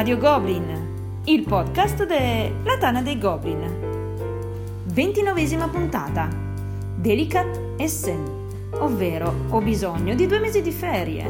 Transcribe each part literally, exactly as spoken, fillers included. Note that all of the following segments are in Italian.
Radio Goblin, il podcast della Tana dei Goblin. ventinovesima puntata. Delicat Essen, ovvero ho bisogno di due mesi di ferie.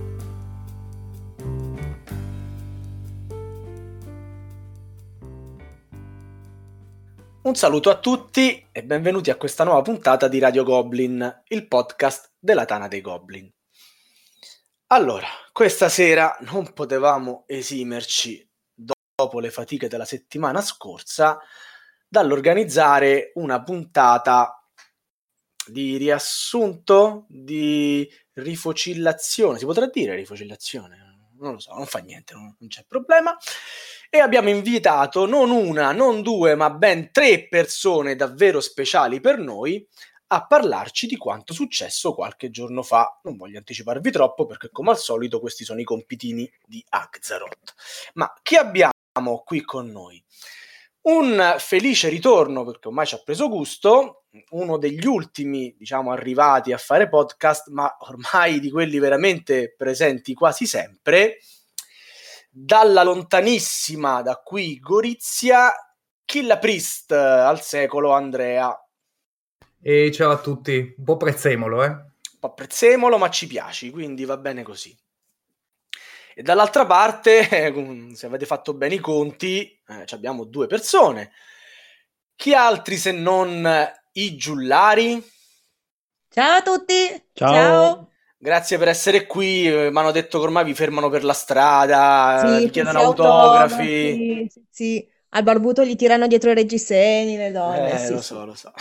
Un saluto a tutti e benvenuti a questa nuova puntata di Radio Goblin, il podcast della Tana dei Goblin. Allora, questa sera non potevamo esimerci, dopo le fatiche della settimana scorsa, dall'organizzare una puntata di riassunto, di rifocillazione, si potrà dire rifocillazione? Non lo so, non fa niente, non, non c'è problema. E abbiamo invitato non una, non due, ma ben tre persone davvero speciali per noi a parlarci di quanto successo qualche giorno fa. Non voglio anticiparvi troppo perché, come al solito, questi sono i compitini di Axaroth. Ma chi abbiamo qui con noi? Un felice ritorno, perché ormai ci ha preso gusto, uno degli ultimi, diciamo, arrivati a fare podcast, ma ormai di quelli veramente presenti quasi sempre, dalla lontanissima, da qui Gorizia, Killa Priest al secolo, Andrea. E ciao a tutti, un po' prezzemolo, eh? Un po' prezzemolo, ma ci piaci, quindi va bene così. E dall'altra parte, se avete fatto bene i conti, eh, abbiamo due persone. Chi altri se non i giullari? Ciao a tutti! Ciao! Ciao. Grazie per essere qui, mi hanno detto che ormai vi fermano per la strada, Sì, vi chiedono sì, autografi. Sì, sì. Al barbuto gli tirano dietro i reggiseni le donne. Eh, sì, lo sì. so, lo so.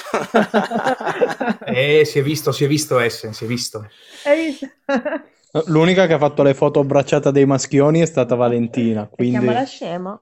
Eh, si è visto, si è visto Essen, si è visto. Hai visto? L'unica che ha fatto le foto abbracciata dei maschioni è stata Valentina, quindi... Chiamala scema.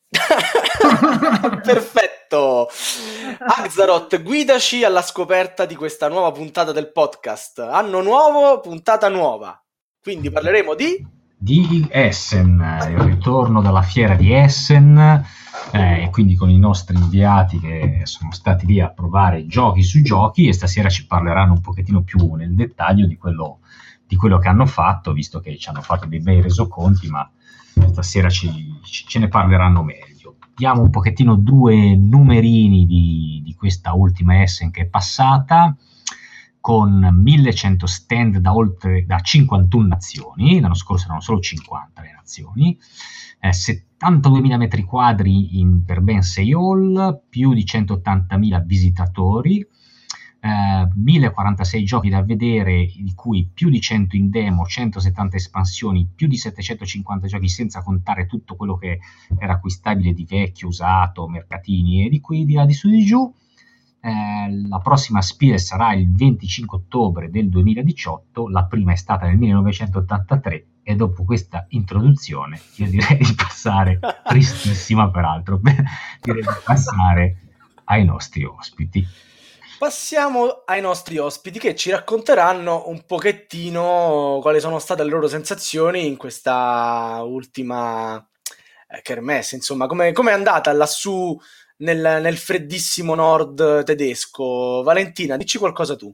Perfetto. Axaroth, guidaci alla scoperta di questa nuova puntata del podcast. Anno nuovo, puntata nuova. Quindi parleremo di... di Essen, il ritorno dalla fiera di Essen, eh, quindi con i nostri inviati che sono stati lì a provare giochi su giochi, e stasera ci parleranno un pochettino più nel dettaglio di quello, di quello che hanno fatto, visto che ci hanno fatto dei bei resoconti, ma stasera ci, ci, ce ne parleranno meglio. Diamo un pochettino due numerini di, di questa ultima Essen che è passata, con millecento stand da oltre da cinquantuno nazioni. L'anno scorso erano solo cinquanta le nazioni, eh, settantaduemila metri quadri in, per ben sei hall, più di centottantamila visitatori, eh, mille quarantasei giochi da vedere, di cui più di cento in demo, centosettanta espansioni, più di settecentocinquanta giochi, senza contare tutto quello che era acquistabile di vecchio, usato, mercatini e di qui di là di su di giù. Eh, la prossima Spiel sarà il venticinque ottobre del duemiladiciotto, la prima è stata nel millenovecentottantatré, e dopo questa introduzione io direi di passare, tristissima peraltro, direi di passare ai nostri ospiti. Passiamo ai nostri ospiti che ci racconteranno un pochettino quali sono state le loro sensazioni in questa ultima eh, kermesse, insomma, come è andata lassù Nel, nel freddissimo nord tedesco. Valentina, dici qualcosa tu.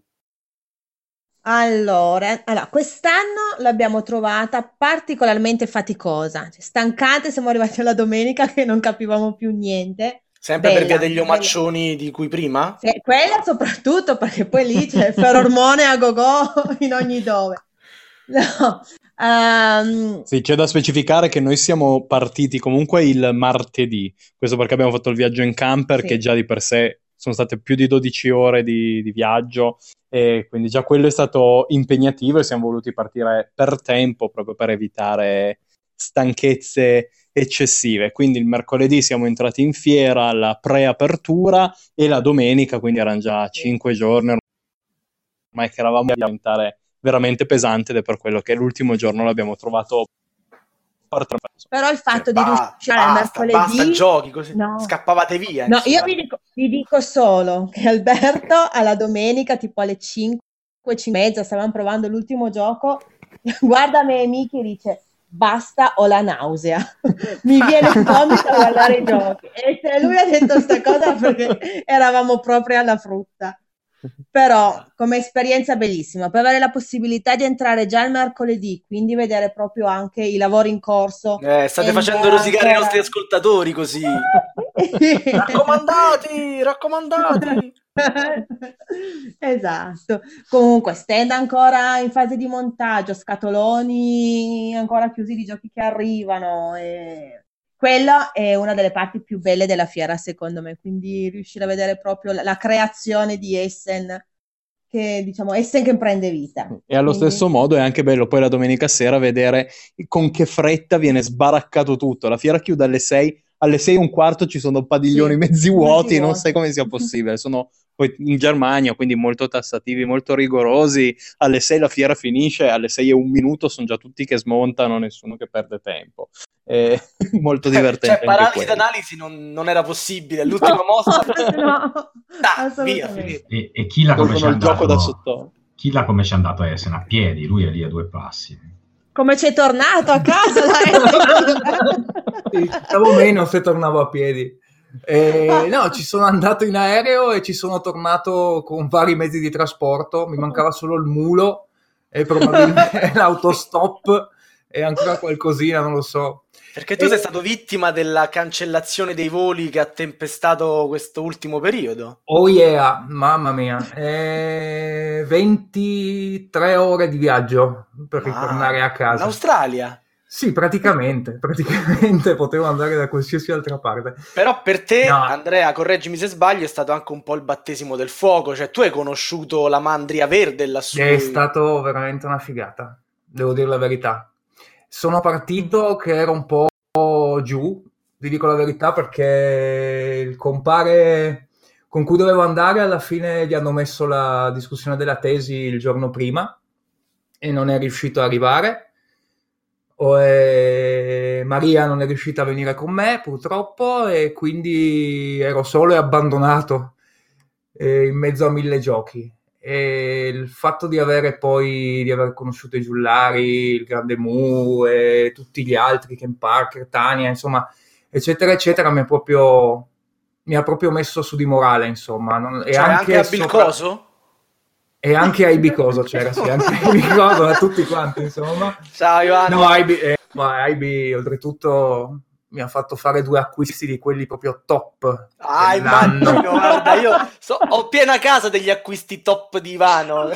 Allora, allora, quest'anno l'abbiamo trovata particolarmente faticosa. Stancate, siamo arrivati alla domenica che non capivamo più niente. Sempre Bella, per via degli bella. omaccioni di cui prima? Sì, quella soprattutto, perché poi lì c'è il ferormone a go-go in ogni dove. No. Um, Sì, c'è da specificare che noi siamo partiti comunque il martedì, questo perché abbiamo fatto il viaggio in camper, Sì. che già di per sé sono state più di dodici ore di, di viaggio, e quindi già quello è stato impegnativo, e siamo voluti partire per tempo proprio per evitare stanchezze eccessive. Quindi il mercoledì siamo entrati in fiera alla preapertura, e la domenica, quindi erano già Sì. cinque giorni ormai che eravamo a diventare veramente pesante, ed è per quello che l'ultimo giorno l'abbiamo trovato per... Però il fatto Cioè, di ba- riuscire al basta, mercoledì... basta giochi, così No. scappavate via. No, insomma. io vi dico, vi dico solo che Alberto alla domenica, tipo alle cinque, cinque e mezza, stavamo provando l'ultimo gioco, guarda me e Miki e dice: basta, ho la nausea, mi viene il vomito a guardare i giochi. E se lui ha detto sta cosa perché eravamo proprio alla frutta. Però come esperienza bellissima, per avere la possibilità di entrare già il mercoledì, quindi vedere proprio anche i lavori in corso. Eh, state e facendo ancora... rosicare i nostri ascoltatori così. Raccomandati, raccomandati. Esatto. Comunque stand ancora in fase di montaggio, scatoloni ancora chiusi di giochi che arrivano, e quella è una delle parti più belle della fiera secondo me, quindi riuscire a vedere proprio la, la creazione di Essen, che diciamo Essen che prende vita. E allo Quindi... stesso modo è anche bello poi la domenica sera vedere con che fretta viene sbaraccato tutto. La fiera chiude alle sei, alle sei e un quarto ci sono padiglioni Sì, mezzi vuoti, mezzi non vuoti. sai come sia possibile. Sono poi in Germania, quindi molto tassativi, molto rigorosi. Alle sei la fiera finisce, alle sei e un minuto sono già tutti che smontano, nessuno che perde tempo. È molto divertente. Cioè, anche paralisi quello. d'analisi non, non era possibile. L'ultima No, mossa. no, Ah, via. assolutamente. E, e chi l'ha come Tolgono ci è il gioco da andato? sotto. Chi l'ha come ci è andato a Essen a piedi? Lui è lì a due passi. Come c'è tornato a casa? Sì, stavo meno se tornavo a piedi. Eh, no, ci sono andato in aereo e ci sono tornato con vari mezzi di trasporto. Mi mancava solo il mulo e probabilmente l'autostop e ancora qualcosina, non lo so. Perché tu E... sei stato vittima della cancellazione dei voli che ha tempestato questo ultimo periodo. Oh yeah, mamma mia. Eh, ventitré ore di viaggio per Ah, ritornare a casa. In Australia? Sì, praticamente, praticamente potevo andare da qualsiasi altra parte. Però per te, No. Andrea, correggimi se sbaglio, è stato anche un po' il battesimo del fuoco. Cioè, tu hai conosciuto la mandria verde lassù. È stato veramente una figata, devo dire la verità. Sono partito che ero un po' giù, vi dico la verità, perché il compare con cui dovevo andare alla fine gli hanno messo la discussione della tesi il giorno prima e non è riuscito ad arrivare. O è... Maria non è riuscita a venire con me purtroppo e quindi ero solo e abbandonato eh, in mezzo a mille giochi. E il fatto di avere poi di aver conosciuto i Giullari, il Grande Mu e tutti gli altri, Ken Parker, Tania, insomma, eccetera eccetera, mi ha proprio mi ha proprio messo su di morale, insomma. Non... E cioè, anche, anche a sopra... Bilcoso? E anche a Ibicoso c'era, sì, anche a Ibicoso, a tutti quanti, insomma. Ciao Ivano. No, Ibi, eh, ma Ibi oltretutto mi ha fatto fare due acquisti di quelli proprio top. Ah, immagino, guarda, io so, ho piena casa degli acquisti top di Ivano.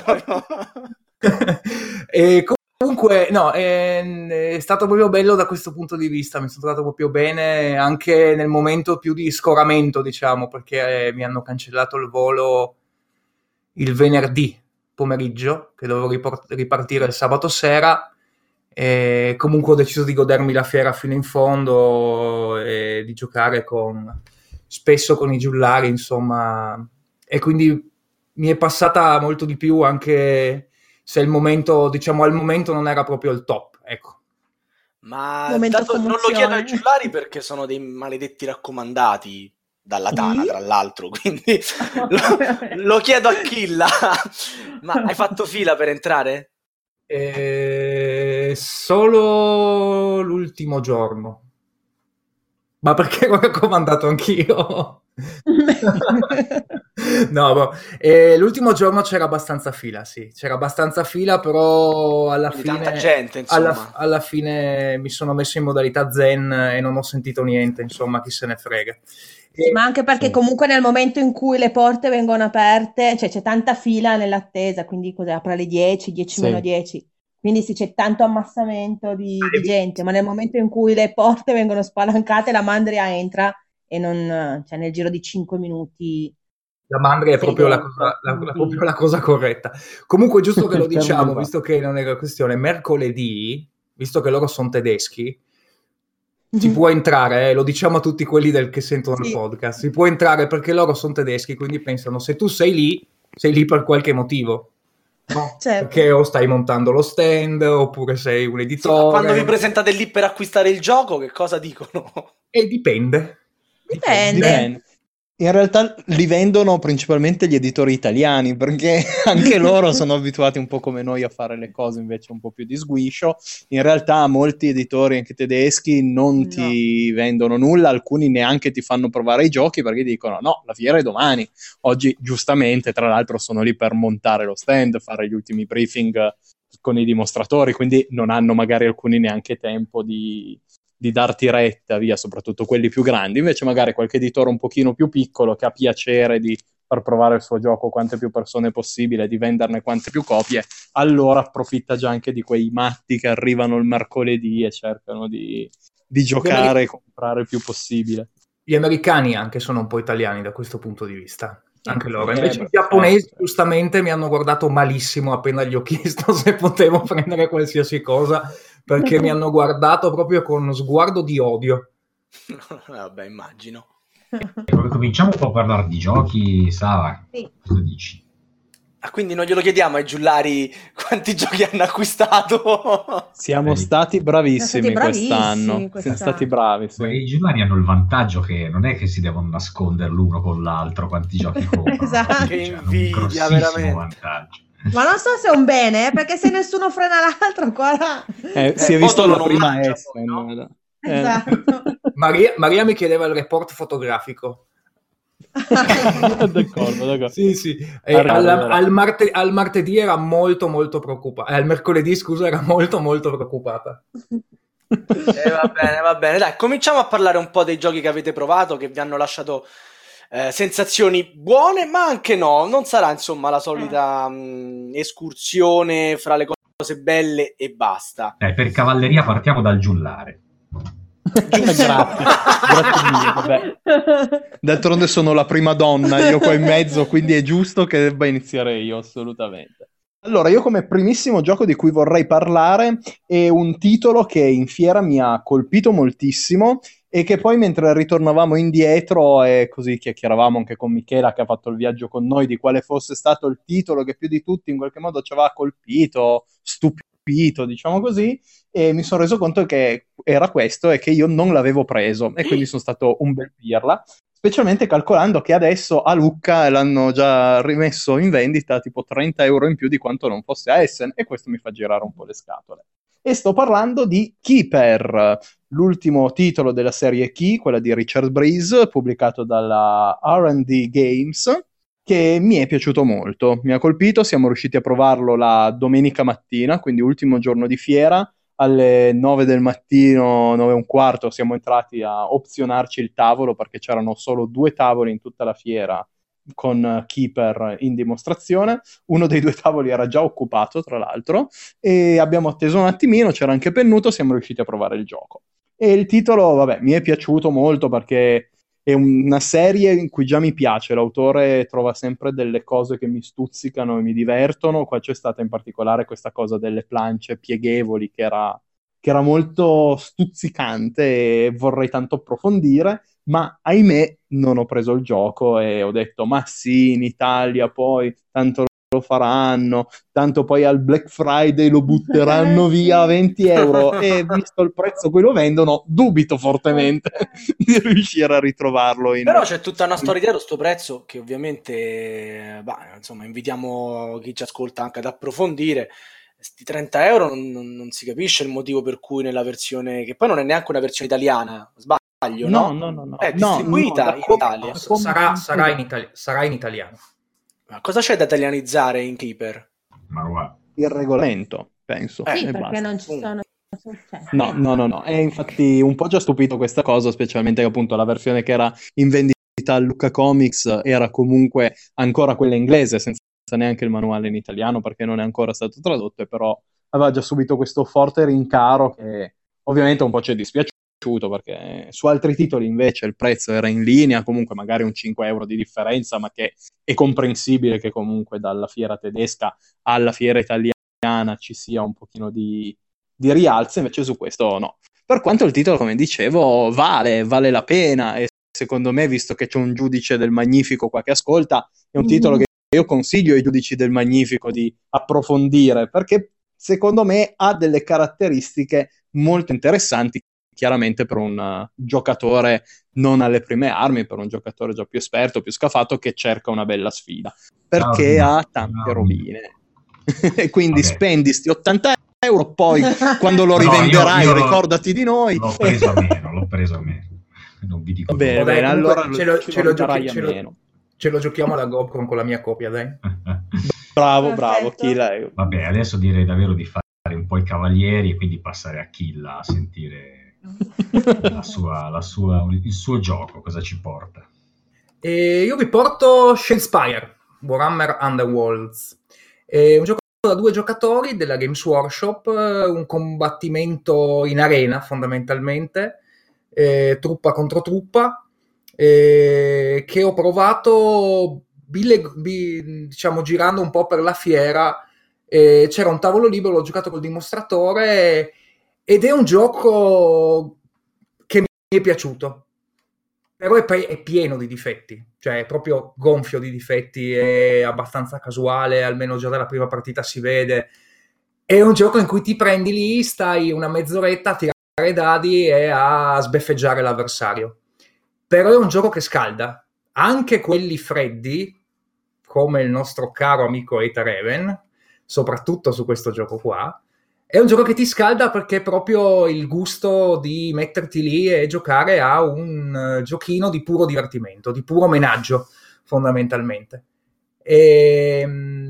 E comunque, no, è, è stato proprio bello da questo punto di vista, mi sono trovato proprio bene anche nel momento più di scoramento, diciamo, perché eh, mi hanno cancellato il volo il venerdì pomeriggio, che dovevo riport- ripartire il sabato sera, e comunque ho deciso di godermi la fiera fino in fondo e di giocare con, spesso con i Giullari, insomma, e quindi mi è passata molto di più, anche se il momento, diciamo, al momento non era proprio il top, ecco. Ma Momento dato, non lo commozione. chiedo ai Giullari perché sono dei maledetti raccomandati dalla Tana, Sì? tra l'altro, quindi lo, lo chiedo a Killa. Ma hai fatto fila per entrare? Eh, solo l'ultimo giorno, ma perché ero raccomandato anch'io. No, boh. Eh, l'ultimo giorno c'era abbastanza fila, sì, c'era abbastanza fila, però alla Quindi fine, tanta gente, insomma. alla, alla fine mi sono messo in modalità zen e non ho sentito niente, insomma, chi se ne frega. Sì, ma anche perché Sì. comunque nel momento in cui le porte vengono aperte, cioè c'è tanta fila nell'attesa, quindi cos'è, apre alle dieci, dieci Sì. meno dieci, quindi sì, c'è tanto ammassamento di, di gente, ma nel momento in cui le porte vengono spalancate la mandria entra e non, cioè nel giro di cinque minuti La mandria è sei proprio la, dentro, cosa, la, la- quindi- proprio la cosa corretta. Comunque, giusto che lo Per me diciamo, va. visto che non è una questione, mercoledì, visto che loro sono tedeschi, si può entrare, eh, lo diciamo a tutti quelli del, che sentono Sì. il podcast, si può entrare perché loro sono tedeschi, quindi pensano, se tu sei lì, sei lì per qualche motivo. No, Certo. perché o stai montando lo stand, oppure sei un Sì, ma editore. quando vi presentate lì per acquistare il gioco, che cosa dicono? E dipende. Dipende. Bene. In realtà li vendono principalmente gli editori italiani, perché anche loro sono abituati un po' come noi a fare le cose invece un po' più di sguiscio. In realtà molti editori, anche tedeschi, non No. ti vendono nulla, alcuni neanche ti fanno provare i giochi perché dicono no, la fiera è domani. Oggi giustamente, tra l'altro, sono lì per montare lo stand, fare gli ultimi briefing con i dimostratori, quindi non hanno magari alcuni neanche tempo di... di darti retta, via, soprattutto quelli più grandi. Invece magari qualche editore un pochino più piccolo che ha piacere di far provare il suo gioco a quante più persone possibile, di venderne quante più copie, allora approfitta già anche di quei matti che arrivano il mercoledì e cercano di, di giocare e comprare il più possibile. Gli americani anche sono un po' italiani da questo punto di vista. Anche loro. Eh, Invece beh, i giapponesi certo. giustamente mi hanno guardato malissimo appena gli ho chiesto se potevo prendere qualsiasi cosa, perché mi hanno guardato proprio con uno sguardo di odio. Vabbè, immagino. Ecco, cominciamo un po' a parlare di giochi, Sara. Sì. Cosa dici? Ah, quindi non glielo chiediamo ai giullari quanti giochi hanno acquistato? Siamo Eh, stati bravissimi, Siamo stati bravissimi quest'anno. Siamo quest'anno. stati bravi, sì. I giullari hanno il vantaggio che non è che si devono nascondere l'uno con l'altro quanti giochi comprano. Esatto. Che Cioè, hanno invidia, un grossissimo veramente. vantaggio. Ma non so se è un bene, eh, perché se nessuno frena l'altro, qua là. Eh, si Eh, è visto Bodo la non prima mangia Essen. poi, no? Eh. Esatto. Maria, Maria mi chiedeva il report fotografico. d'accordo, d'accordo. Sì, sì. E Arriva, al, arriva. al marte- al martedì era molto molto preoccupata. Eh, al mercoledì, scusa, era molto molto preoccupata. Eh, va bene, va bene. Dai, cominciamo a parlare un po' dei giochi che avete provato, che vi hanno lasciato eh, sensazioni buone, ma anche no. Non sarà, insomma, la solita mh, escursione fra le cose belle e basta. Eh, per cavalleria partiamo dal giullare. Grazie, grazie mille. Vabbè. D'altronde sono la prima donna io qua in mezzo, quindi è giusto che debba iniziare io, assolutamente. Allora, io come primissimo gioco di cui vorrei parlare è un titolo che in fiera mi ha colpito moltissimo e che poi mentre ritornavamo indietro e così chiacchieravamo anche con Michela che ha fatto il viaggio con noi di quale fosse stato il titolo che più di tutti in qualche modo ci aveva colpito, stupito, diciamo così, e mi sono reso conto che era questo e che io non l'avevo preso e quindi sono stato un bel pirla, specialmente calcolando che adesso a Lucca l'hanno già rimesso in vendita tipo trenta euro in più di quanto non fosse a Essen e questo mi fa girare un po' le scatole. E sto parlando di Keeper, l'ultimo titolo della serie Key, quella di Richard Breeze, pubblicato dalla R and D Games, che mi è piaciuto molto, mi ha colpito, siamo riusciti a provarlo la domenica mattina, quindi ultimo giorno di fiera, alle nove del mattino, nove e un quarto, siamo entrati a opzionarci il tavolo perché c'erano solo due tavoli in tutta la fiera con Keeper in dimostrazione, uno dei due tavoli era già occupato tra l'altro e abbiamo atteso un attimino, c'era anche Pennuto, siamo riusciti a provare il gioco e il titolo, vabbè, mi è piaciuto molto perché è una serie in cui già mi piace, l'autore trova sempre delle cose che mi stuzzicano e mi divertono, qua c'è stata in particolare questa cosa delle planche pieghevoli che era, che era molto stuzzicante e vorrei tanto approfondire, ma ahimè non ho preso il gioco e ho detto ma sì, in Italia poi tanto lo faranno, tanto poi al Black Friday lo butteranno Sì. via a venti euro e visto il prezzo a cui lo vendono dubito fortemente di riuscire a ritrovarlo in... Però c'è tutta una storia dietro sto prezzo che ovviamente bah, insomma invitiamo chi ci ascolta anche ad approfondire. Sti trenta euro non, non, non si capisce il motivo per cui nella versione che poi non è neanche una versione italiana, sbaglio, no? No, no, no, no. È No, distribuita no, in come- Italia. S- Sarà, sarà, in itali- sarà in italiano. Ma cosa c'è da italianizzare in Keeper? Ma guarda, il regolamento, penso. Eh, Sì, e perché basta. non ci sono... cioè, No, no, no, no. E infatti un po' già stupito questa cosa, specialmente che appunto la versione che era in vendita a Lucca Comics era comunque ancora quella inglese, senza neanche il manuale in italiano, perché non è ancora stato tradotto, e però aveva già subito questo forte rincaro che ovviamente un po' ci è dispiaciuto, perché su altri titoli invece il prezzo era in linea, comunque magari un cinque euro di differenza, ma che è comprensibile che comunque dalla fiera tedesca alla fiera italiana ci sia un pochino di, di rialzo, invece su questo no. Per quanto il titolo, come dicevo, vale, vale la pena, e secondo me, visto che c'è un giudice del Magnifico qua che ascolta, è un titolo che io consiglio ai giudici del Magnifico di approfondire, perché secondo me ha delle caratteristiche molto interessanti chiaramente per un uh, giocatore non alle prime armi, per un giocatore già più esperto, più scafato, che cerca una bella sfida, perché no, ha tante no, rovine. E quindi vabbè. spendi sti ottanta euro, poi quando lo No, io- rivenderai io l'ho- ricordati di noi. L'ho preso a meno, l'ho preso a meno. Non vi dico Va bene, Oh, dai, bene, comunque allora ce lo, ci ce lo darai giochi- a ce lo- meno. ce lo giochiamo alla GoPro con la mia copia, dai. Bravo, Perfetto. bravo, Killa. Vabbè, adesso direi davvero di fare un po' i cavalieri e quindi passare a Killa a sentire la sua, la sua, il suo gioco, cosa ci porta. E io vi porto Shadespire, Warhammer Underworlds. È un gioco da due giocatori della Games Workshop, eh, un combattimento in arena fondamentalmente, eh, truppa contro truppa, eh, che ho provato bile- bi- diciamo girando un po' per la fiera. Eh, c'era un tavolo libero, l'ho giocato col dimostratore ed è un gioco che mi è piaciuto. Però è, pe- è pieno di difetti, cioè è proprio gonfio di difetti, è abbastanza casuale, almeno già dalla prima partita si vede. È un gioco in cui ti prendi lì, stai una mezz'oretta a tirare dadi e a sbeffeggiare l'avversario. Però è un gioco che scalda. Anche quelli freddi, come il nostro caro amico Eta Raven, soprattutto su questo gioco qua, è un gioco che ti scalda perché è proprio il gusto di metterti lì e giocare a un uh, giochino di puro divertimento, di puro menaggio, fondamentalmente. E,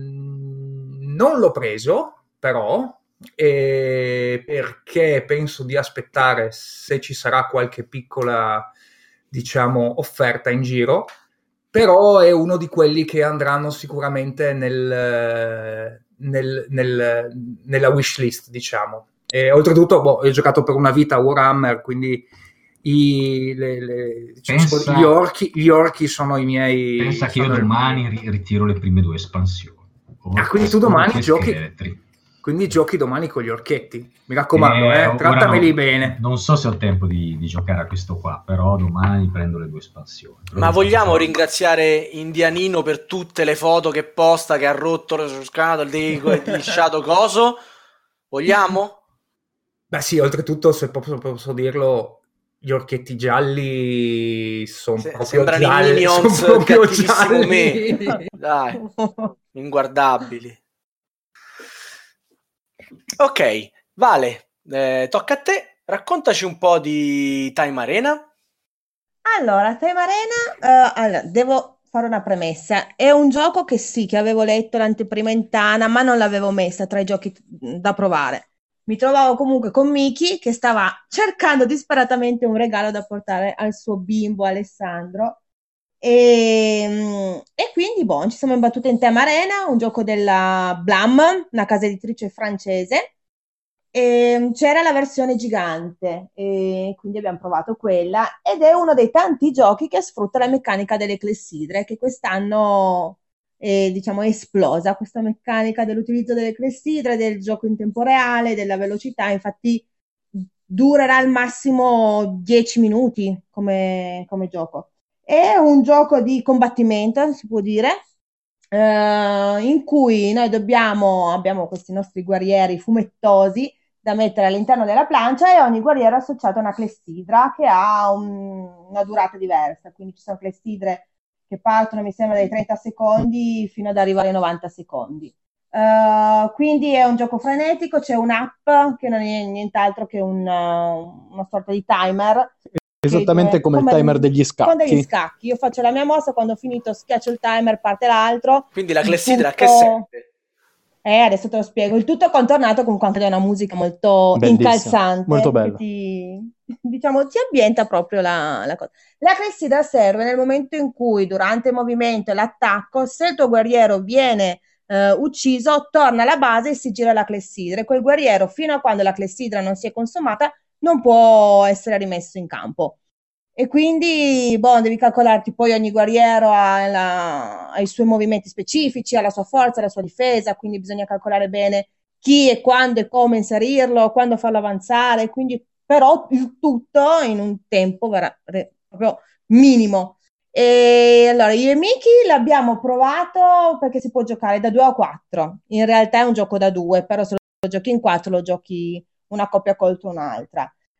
mm, non l'ho preso, però, eh, perché penso di aspettare se ci sarà qualche piccola, diciamo, offerta in giro, però è uno di quelli che andranno sicuramente nel... Nel, nel, nella wishlist, diciamo. E oltretutto, boh, ho giocato per una vita a Warhammer, quindi i, le, le, Pensa- gli, orchi, gli orchi sono i miei. Pensa che io sono il- domani ri- ritiro le prime due espansioni. Ah, quindi tu Orchi domani e giochi- scheletri. Quindi giochi domani con gli orchetti. Mi raccomando, Eh, eh, ora trattameli non- bene. Non so se ho tempo di, di giocare a questo qua, però domani prendo le due espansioni. Però Ma vogliamo però- ringraziare Indianino per tutte le foto che posta, che ha rotto le scatole di, di Shadow Coso? Vogliamo? Beh sì, oltretutto, se posso, posso dirlo, gli orchetti gialli sono Se- proprio sembrano i gialli, Minions, sono proprio cattivissimo gialli. Dai, inguardabili. Ok, Vale, eh, tocca a te. Raccontaci un po' di Time Arena. Allora, Time Arena, eh, allora, devo fare una premessa. È un gioco che sì, che avevo letto l'anteprima in Tana, ma non l'avevo messa tra i giochi mh, da provare. Mi trovavo comunque con Miki che stava cercando disperatamente un regalo da portare al suo bimbo Alessandro. E, mh, e quindi, boh, ci siamo imbattute in Time Arena, un gioco della Blam, una casa editrice francese. E c'era la versione gigante, e quindi abbiamo provato quella, ed è uno dei tanti giochi che sfrutta la meccanica delle clessidre, che quest'anno è, diciamo, è esplosa questa meccanica dell'utilizzo delle clessidre, del gioco in tempo reale, della velocità. Infatti durerà al massimo dieci minuti come, come gioco. È un gioco di combattimento, si può dire, eh, in cui noi dobbiamo, abbiamo questi nostri guerrieri fumettosi da mettere all'interno della plancia, e ogni guerriero è associato a una clessidra che ha un- una durata diversa. Quindi ci sono clessidre che partono, mi sembra, dai trenta secondi fino ad arrivare ai novanta secondi. Uh, quindi è un gioco frenetico, c'è un'app che non è nient'altro che un, uh, una sorta di timer. Esattamente che- come il timer degli Con degli scacchi. scacchi. Io faccio la mia mossa, quando ho finito schiaccio il timer, parte l'altro. Quindi la Il clessidra a che tutto- serve? Eh, adesso te lo spiego. Il tutto è contornato con anche da una musica molto Bellissima, incalzante, molto che bella. ti, diciamo, ti ambienta proprio la, la cosa. La clessidra serve nel momento in cui, durante il movimento e l'attacco, se il tuo guerriero viene eh, ucciso, torna alla base e si gira la clessidra. E quel guerriero, fino a quando la clessidra non si è consumata, non può essere rimesso in campo. E quindi, boh, devi calcolarti, poi ogni guerriero ha, la- ha i suoi movimenti specifici, ha la sua forza, la sua difesa, quindi bisogna calcolare bene chi e quando e come inserirlo, quando farlo avanzare, quindi però il tutto in un tempo vera- re- proprio minimo. E allora io e Miki l'abbiamo provato perché si può giocare da due a quattro. In realtà è un gioco da due, però se lo giochi in quattro lo giochi una coppia contro un'altra.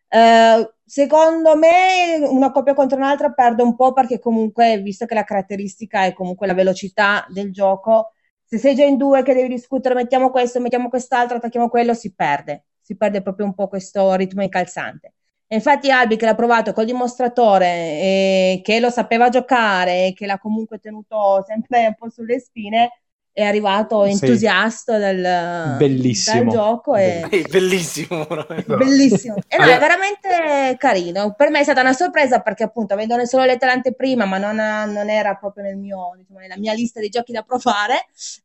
Uh, secondo me una coppia contro un'altra perde un po', perché comunque, visto che la caratteristica è comunque la velocità del gioco, se sei già in due che devi discutere, mettiamo questo, mettiamo quest'altro, attacchiamo quello, si perde, si perde proprio un po' questo ritmo incalzante. E infatti Albi, che l'ha provato col dimostratore e che lo sapeva giocare e che l'ha comunque tenuto sempre un po' sulle spine, è arrivato entusiasta sì. dal, Bellissimo. dal gioco. E... È bellissimo. Bellissimo. E no, è veramente carino. Per me è stata una sorpresa, perché appunto, avendone solo letto l'anteprima, ma non, non era proprio nel mio, diciamo, nella mia lista dei giochi da provare,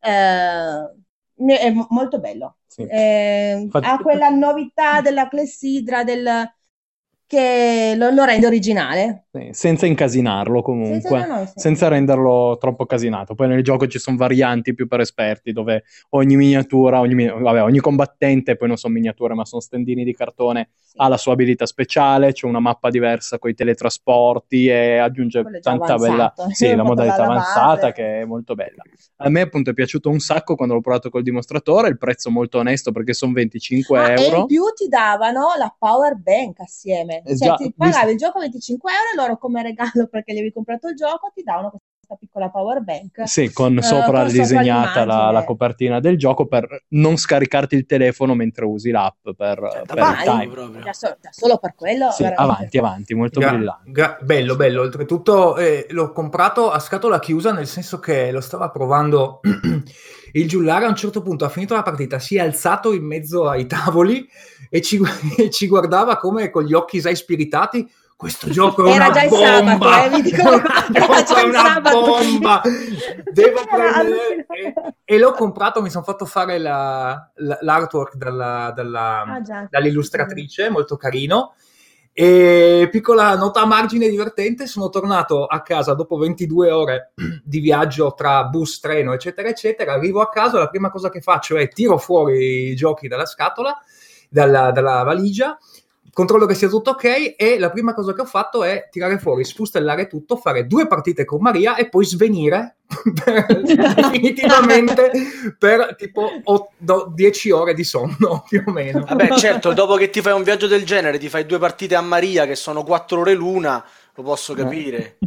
eh, è molto bello. Sì. Eh, Infatti... ha quella novità della clessidra, del... che lo, lo rende originale. Sì, senza incasinarlo comunque, senza, no, no, sì. senza renderlo troppo casinato. Poi nel gioco ci sono varianti più per esperti, dove ogni miniatura, ogni, vabbè, ogni combattente, poi non sono miniature ma sono stendini di cartone, sì. ha la sua abilità speciale, c'è una mappa diversa con i teletrasporti e aggiunge tanta bella, sì, la modalità avanzata, che è molto bella. A me appunto è piaciuto un sacco quando l'ho provato col dimostratore, il prezzo molto onesto perché sono venticinque ah, euro. E in più ti davano la power bank assieme, eh, cioè già, ti pagavi visto... il gioco venticinque euro e loro, come regalo perché gli avevi comprato il gioco, ti davano questa piccola power bank. Sì, con sopra uh, con disegnata sopra la, la copertina del gioco, per non scaricarti il telefono mentre usi l'app per, cioè, per vai, il time. proprio. Da, so, da solo per quello. Sì, avanti, avanti, molto Gra- brillante. Gra- bello, bello. Oltretutto eh, l'ho comprato a scatola chiusa, nel senso che lo stava provando il giullare. A un certo punto ha finito la partita, si è alzato in mezzo ai tavoli e ci, e ci guardava come con gli occhi sai spiritati. Questo gioco è era una già bomba, il sabato, eh, mi dico, era già una sabato. bomba, devo prendere e, e l'ho comprato, mi sono fatto fare la, la, l'artwork dalla, dalla, ah, già, dall'illustratrice, sì. Molto carino. E piccola nota a margine divertente, sono tornato a casa dopo ventidue ore di viaggio tra bus, treno, eccetera, eccetera. Arrivo a casa, la prima cosa che faccio è tiro fuori i giochi dalla scatola, dalla, dalla valigia, controllo che sia tutto ok e la prima cosa che ho fatto è tirare fuori, spustellare tutto, fare due partite con Maria e poi svenire per, definitivamente per tipo dieci ore di sonno più o meno. Vabbè, certo, dopo che ti fai un viaggio del genere, ti fai due partite a Maria che sono quattro ore l'una, lo posso capire.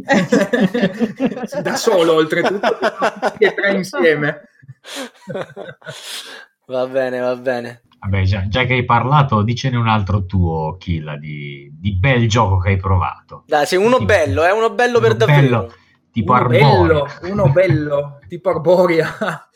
Da solo, oltretutto, e tre insieme. Va bene, va bene. Vabbè, già, già che hai parlato, dicene un altro tuo, Killa, di, di bel gioco che hai provato. Dai, sei uno tipo, bello, è eh? uno bello uno per davvero. Bello, tipo uno Arboria. Bello, uno bello, tipo Arboria.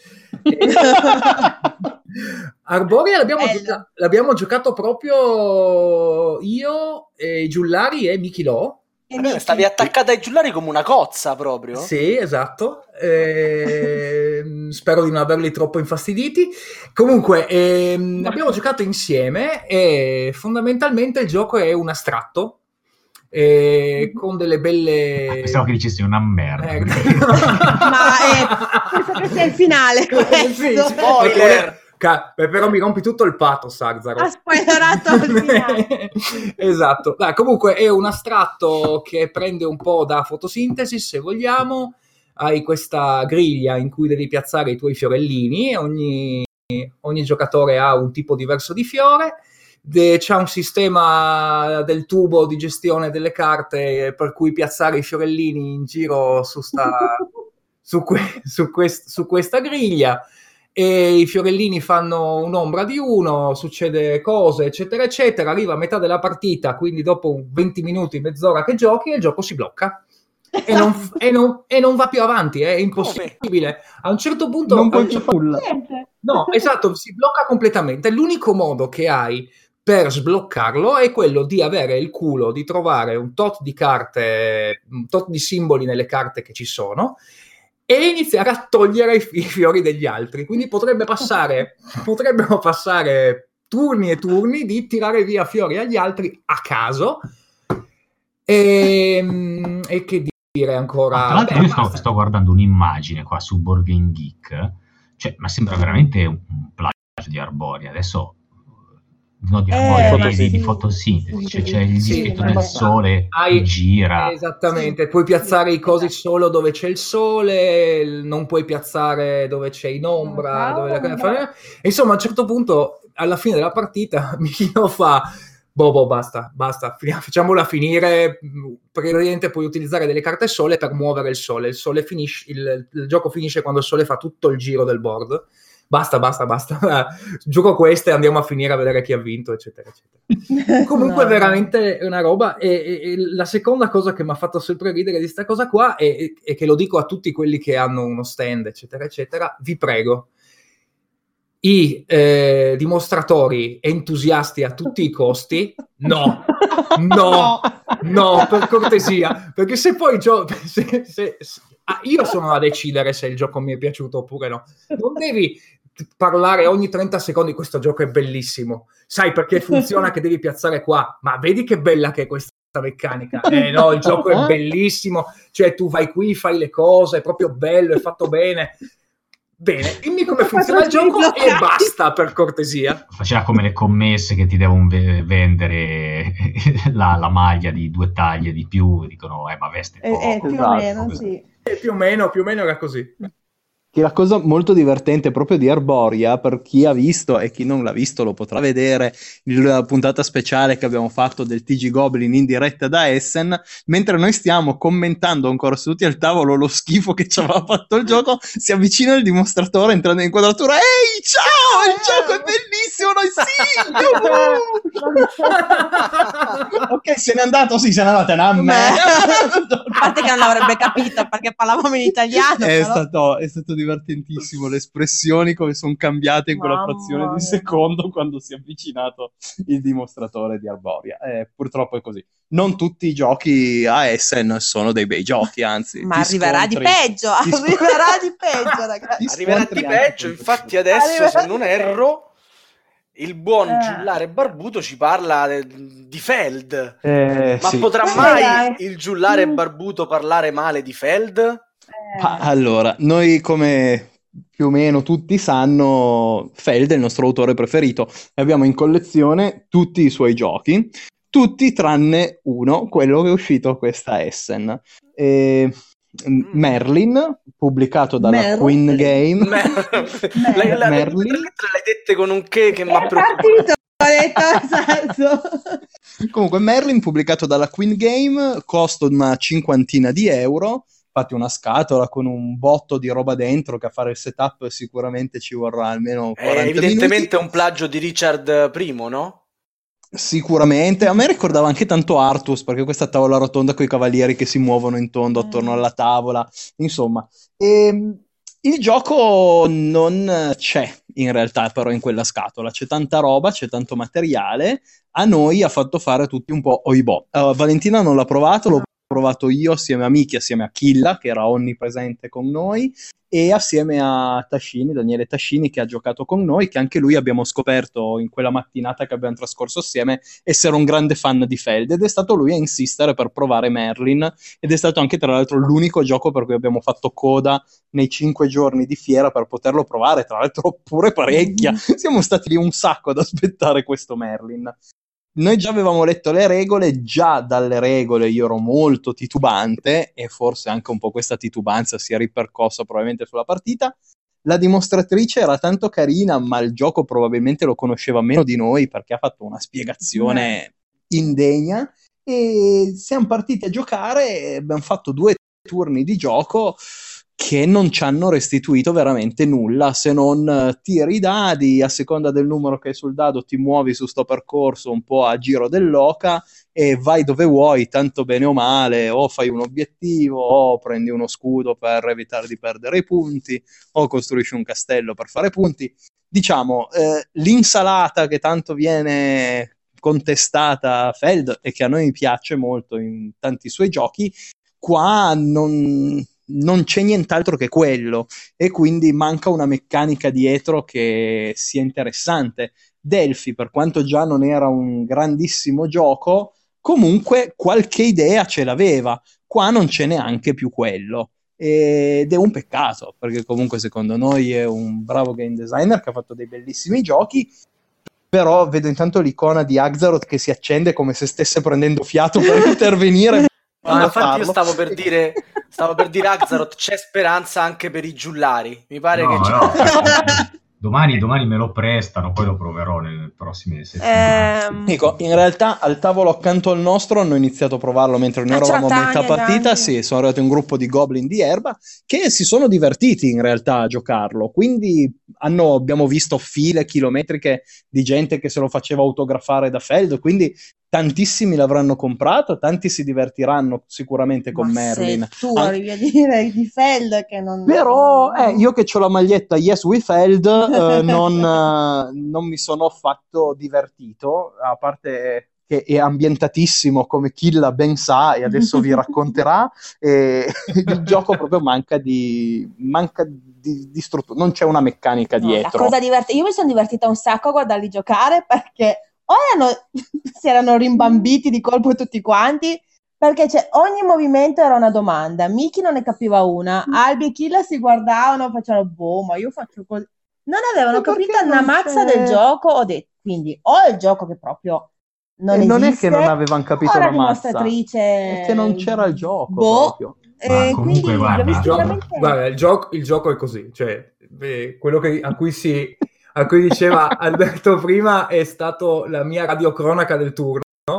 Arboria l'abbiamo, gioca- l'abbiamo giocato proprio io, e Giullari e Miki Lo. Vabbè, stavi attaccata ai giullari come una cozza proprio. Sì, esatto. Eh, spero di non averli troppo infastiditi. Comunque ehm, abbiamo giocato insieme e fondamentalmente il gioco è un astratto eh, con delle belle ah, pensavo che dicessi una merda eh, ma eh, penso che sia il finale sì, spoiler. Beh, però mi rompi tutto il pato, Sarzaro. Ha spoilerato il finale. Esatto. Dai, comunque è un astratto che prende un po' da fotosintesi, se vogliamo. Hai questa griglia in cui devi piazzare i tuoi fiorellini. Ogni, ogni giocatore ha un tipo diverso di fiore. De, c'è un sistema del tubo di gestione delle carte per cui piazzare i fiorellini in giro su, sta, su, que, su, quest, su questa griglia. E i fiorellini fanno un'ombra di uno, succede cose, eccetera, eccetera. Arriva a metà della partita, quindi dopo venti minuti, mezz'ora che giochi, e il gioco si blocca. E non, e non, e non va più avanti, è impossibile. A un certo punto... Non puoi più nulla. No, esatto, si blocca completamente. L'unico modo che hai per sbloccarlo è quello di avere il culo di trovare un tot di carte, un tot di simboli nelle carte che ci sono, e iniziare a togliere i, i fiori degli altri. Quindi potrebbe passare, potrebbero passare turni e turni di tirare via fiori agli altri a caso. E, e che dire ancora? Ah, tra l'altro, io sto, sto guardando un'immagine qua su Board Game Geek, cioè, ma sembra veramente un, un plagio di Arboria. Adesso no, di, Arboria, eh, di, di fotosintesi, cioè, c'è il sì, dischetto sì, del sole hai, che gira. Esattamente, puoi piazzare i cosi solo dove c'è il sole, non puoi piazzare dove c'è in ombra, dove la... insomma a un certo punto alla fine della partita Michino fa: boh, boh, basta, basta, facciamola finire, praticamente puoi utilizzare delle carte sole per muovere il sole, il sole finisce, il, il gioco finisce quando il sole fa tutto il giro del board, basta, basta, basta, gioco queste e andiamo a finire a vedere chi ha vinto, eccetera, eccetera. Comunque No. veramente è una roba, e, e, e la seconda cosa che mi ha fatto sempre ridere di sta cosa qua, è, è che lo dico a tutti quelli che hanno uno stand, eccetera, eccetera, vi prego, i eh, dimostratori entusiasti a tutti i costi, no, no, no, per cortesia, perché se poi gio- se, se, se, ah, io sono a decidere se il gioco mi è piaciuto oppure no, non devi parlare ogni trenta secondi questo gioco è bellissimo, sai perché funziona che devi piazzare qua, ma vedi che bella che è questa meccanica, eh no, il gioco è bellissimo, cioè tu vai qui, fai le cose, è proprio bello, è fatto bene. Bene, dimmi come funziona il gioco e basta, per cortesia. Faceva come le commesse che ti devono ve- vendere la, la maglia di due taglie di più, dicono eh ma veste Eh, poco. eh, più Esatto. o meno, sì. E più o meno, più o meno era così. Che la cosa molto divertente proprio di Arboria, per chi ha visto e chi non l'ha visto lo potrà vedere, la puntata speciale che abbiamo fatto del T G Goblin in diretta da Essen, mentre noi stiamo commentando ancora seduti al tavolo lo schifo che ci aveva fatto il gioco, si avvicina il dimostratore entrando in inquadratura, ehi ciao, il gioco è bellissimo, noi sì, yuhu! Ok, se n'è andato, sì, se n'è andato, è una merda. A parte che non l'avrebbe capito perché parlavamo in italiano. È però. stato, è stato divertentissimo, le espressioni come sono cambiate in quella Mamma frazione di mia. secondo quando si è avvicinato il dimostratore di Arboria. Eh, purtroppo è così. Non tutti i giochi a Essen sono dei bei giochi, anzi. Ma ti arriverà scontri- di peggio, ti sc- arriverà di peggio, ragazzi. ti Arriverà scontri di anche peggio, con infatti questo. adesso, Arriverà se non di erro, il buon Eh. giullare barbuto ci parla de- di Feld. Eh, Ma sì. potrà Eh, mai dai. il giullare barbuto parlare male di Feld? Eh. Ah, allora, noi come più o meno tutti sanno, Feld è il nostro autore preferito e abbiamo in collezione tutti i suoi giochi, tutti tranne uno, quello che è uscito questa Essen. E, Mm. Merlin, pubblicato dalla Merlin. Queen Game. Me- Lei- la- le Merlin. tre lettere le hai dette con un che che mi ha È preoccupato. partito, ho detto, esatto. Comunque Merlin, pubblicato dalla Queen Game, costa una cinquantina di euro. Infatti una scatola con un botto di roba dentro, che a fare il setup sicuramente ci vorrà almeno È quaranta evidentemente minuti. un plagio di Richard I, no? Sicuramente, a me ricordava anche tanto Artus, perché questa tavola rotonda con i cavalieri che si muovono in tondo attorno Mm. alla tavola, insomma. Ehm, il gioco non c'è in realtà però in quella scatola, c'è tanta roba, c'è tanto materiale, a noi ha fatto fare tutti un po' oibò. Uh, Valentina non l'ha provato, l'ho provato io assieme a Miki, assieme a Killa, che era onnipresente con noi, e assieme a Tascini, Daniele Tascini, che ha giocato con noi, che anche lui abbiamo scoperto in quella mattinata che abbiamo trascorso assieme essere un grande fan di Feld, ed è stato lui a insistere per provare Merlin, ed è stato anche tra l'altro l'unico gioco per cui abbiamo fatto coda nei cinque giorni di fiera per poterlo provare, tra l'altro pure parecchia, siamo stati lì un sacco ad aspettare questo Merlin. Noi già avevamo letto le regole, già dalle regole io ero molto titubante e forse anche un po' questa titubanza si è ripercossa probabilmente sulla partita. La dimostratrice era tanto carina, ma il gioco probabilmente lo conosceva meno di noi perché ha fatto una spiegazione indegna, e siamo partiti a giocare e abbiamo fatto due turni di gioco che non ci hanno restituito veramente nulla, se non uh, tiri i dadi, a seconda del numero che hai sul dado ti muovi su sto percorso un po' a giro dell'oca e vai dove vuoi, tanto bene o male, o fai un obiettivo, o prendi uno scudo per evitare di perdere i punti, o costruisci un castello per fare punti. Diciamo, eh, l'insalata che tanto viene contestata a Feld e che a noi piace molto in tanti suoi giochi, qua non... non c'è nient'altro che quello, e quindi manca una meccanica dietro che sia interessante. Delphi, per quanto già non era un grandissimo gioco, comunque qualche idea ce l'aveva. Qua non c'è neanche più quello, ed è un peccato, perché comunque secondo noi è un bravo game designer che ha fatto dei bellissimi giochi, però vedo intanto l'icona di Axaroth che si accende come se stesse prendendo fiato per intervenire. Ma infatti io stavo per dire stavo per dire Axaroth, c'è speranza anche per i giullari, mi pare No, che c'è. no. Domani, domani me lo prestano, poi lo proverò nelle prossime settimane. Ehm, Dico, in realtà al tavolo accanto al nostro hanno iniziato a provarlo mentre noi Ah, c'era eravamo a metà Tania, partita. Tania. Sì, sono arrivati un gruppo di goblin di erba che si sono divertiti in realtà a giocarlo. Quindi hanno, abbiamo visto file chilometriche di gente che se lo faceva autografare da Feld. Quindi tantissimi l'avranno comprato, tanti si divertiranno sicuramente con ma Merlin. se tu An- arrivi a dire di Feld che non... Però eh, io che ho la maglietta Yes We Feld eh, non, eh, non mi sono affatto divertito, a parte che è ambientatissimo come Killa ben sa e adesso vi racconterà, e il gioco proprio manca di, manca di, di struttura, non c'è una meccanica No, la dietro. cosa divertente, io mi sono divertita un sacco a guardarli giocare perché o erano, si erano rimbambiti di colpo tutti quanti, perché cioè, ogni movimento era una domanda, Miki non ne capiva una, Albi e Killa si guardavano, facevano boh, ma io faccio così, non avevano E perché capito una non mazza c'è- del gioco, ho detto, quindi o è il gioco che proprio non E esiste, non è che non avevano capito o la la mazza, dimostratrice, è che non c'era il gioco boh, proprio. Ma e comunque, quindi guarda, l'ho visto Il gioco, veramente... guarda, il gioco, il gioco è così, cioè eh, quello che, a cui si a cui diceva Alberto prima è stato la mia radiocronaca del turno,